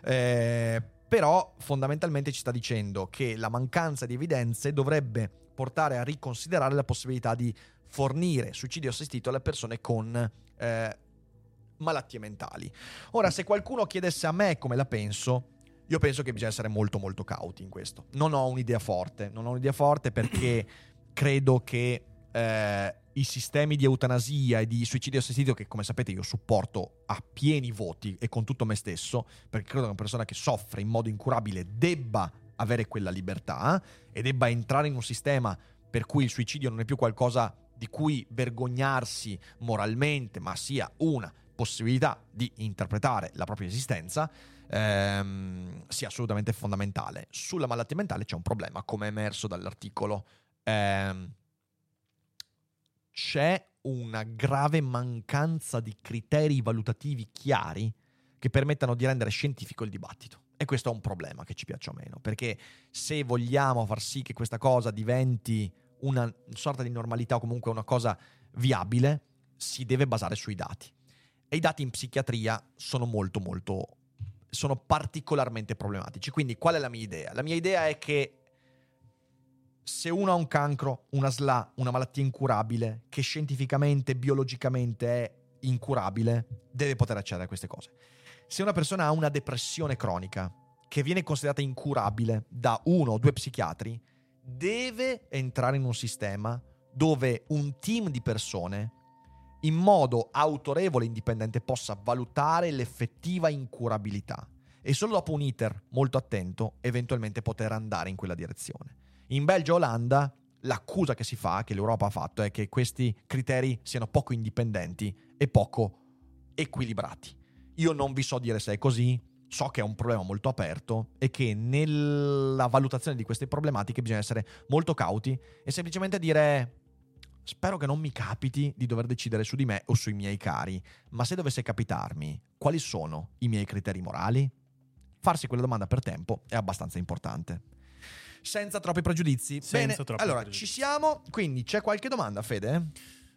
eh, però fondamentalmente ci sta dicendo che la mancanza di evidenze dovrebbe portare a riconsiderare la possibilità di fornire suicidio assistito alle persone con eh, malattie mentali. Ora, se qualcuno chiedesse a me come la penso, io penso che bisogna essere molto molto cauti in questo. Non ho un'idea forte, non ho un'idea forte perché credo che eh, i sistemi di eutanasia e di suicidio assistito, che come sapete io supporto a pieni voti e con tutto me stesso, perché credo che una persona che soffre in modo incurabile debba avere quella libertà e debba entrare in un sistema per cui il suicidio non è più qualcosa di cui vergognarsi moralmente, ma sia una possibilità di interpretare la propria esistenza, ehm, sia assolutamente fondamentale. Sulla malattia mentale c'è un problema, come è emerso dall'articolo. Ehm, c'è una grave mancanza di criteri valutativi chiari che permettano di rendere scientifico il dibattito. E questo è un problema, che ci piaccia o meno, perché se vogliamo far sì che questa cosa diventi una sorta di normalità o comunque una cosa viabile, si deve basare sui dati. E i dati in psichiatria sono molto molto sono particolarmente problematici. Quindi qual è la mia idea? La mia idea è che se uno ha un cancro, una S L A, una malattia incurabile, che scientificamente, biologicamente è incurabile, deve poter accedere a queste cose. Se una persona ha una depressione cronica, che viene considerata incurabile da uno o due psichiatri, deve entrare in un sistema dove un team di persone, in modo autorevole e indipendente, possa valutare l'effettiva incurabilità e solo dopo un iter molto attento eventualmente poter andare in quella direzione. In Belgio e Olanda l'accusa che si fa, che l'Europa ha fatto, è che questi criteri siano poco indipendenti e poco equilibrati. Io non vi so dire se è così, so che è un problema molto aperto e che nella valutazione di queste problematiche bisogna essere molto cauti e semplicemente dire: spero che non mi capiti di dover decidere su di me o sui miei cari, ma se dovesse capitarmi, quali sono i miei criteri morali? Farsi quella domanda per tempo è abbastanza importante. Senza troppi pregiudizi. Senza Bene, troppi allora pregiudizi. ci siamo. Quindi c'è qualche domanda, Fede?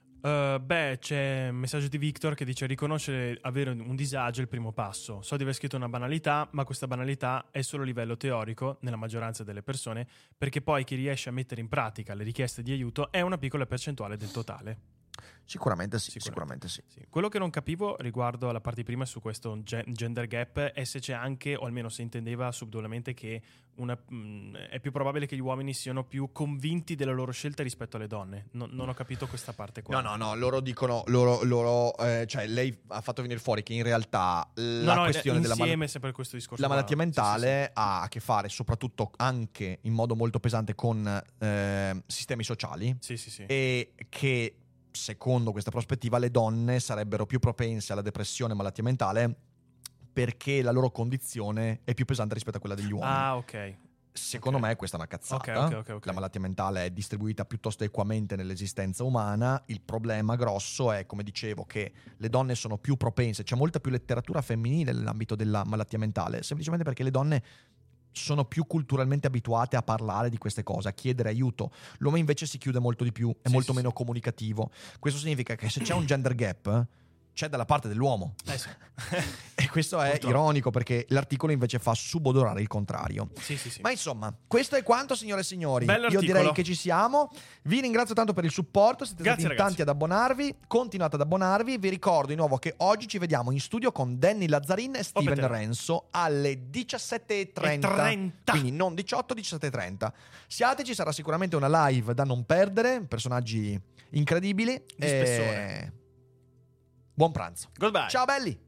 Uh, beh, c'è un messaggio di Victor che dice: riconoscere avere un disagio è il primo passo. So di aver scritto una banalità, ma questa banalità è solo a livello teorico nella maggioranza delle persone, perché poi chi riesce a mettere in pratica le richieste di aiuto è una piccola percentuale del totale. Sicuramente sì, sicuramente, sicuramente sì. sì. Quello che non capivo riguardo alla parte di prima su questo ge- gender gap è se c'è anche, o almeno se intendeva subdolamente, che una, mh, è più probabile che gli uomini siano più convinti della loro scelta rispetto alle donne. No, non ho capito questa parte qua. No, no, no, loro dicono, loro, loro eh, cioè lei ha fatto venire fuori che in realtà la no, no, questione della insieme mal- sempre questo discorso la qua. malattia mentale Sì, sì, sì. ha a che fare soprattutto anche in modo molto pesante con eh, sistemi sociali Sì, sì, sì. e che secondo questa prospettiva le donne sarebbero più propense alla depressione e malattia mentale perché la loro condizione è più pesante rispetto a quella degli uomini. Ah, ok. Secondo Ok. me questa è una cazzata. Ok, ok, ok, ok. La malattia mentale è distribuita piuttosto equamente nell'esistenza umana. Il problema grosso è, come dicevo, che le donne sono più propense, c'è molta più letteratura femminile nell'ambito della malattia mentale, semplicemente perché le donne sono più culturalmente abituate a parlare di queste cose, a chiedere aiuto. L'uomo invece si chiude molto di più, è Sì, molto sì, meno sì. comunicativo. Questo significa che se c'è un gender gap, c'è dalla parte dell'uomo. Eh sì. E questo è Purtroppo. ironico perché l'articolo invece fa subodorare il contrario. Sì, sì, sì. Ma insomma, questo è quanto, signore e signori. Io Bell'articolo. direi che ci siamo. Vi ringrazio tanto per il supporto. Siete Grazie, stati in ragazzi. tanti ad abbonarvi. Continuate ad abbonarvi. Vi ricordo di nuovo che oggi ci vediamo in studio con Danny Lazzarin e Steven Opetera. Renzo alle diciassette e trenta. E trenta. Quindi non diciotto, diciassette e trenta. Siateci, sarà sicuramente una live da non perdere. Personaggi incredibili. Di spessore. E... buon pranzo. Goodbye. Ciao belli.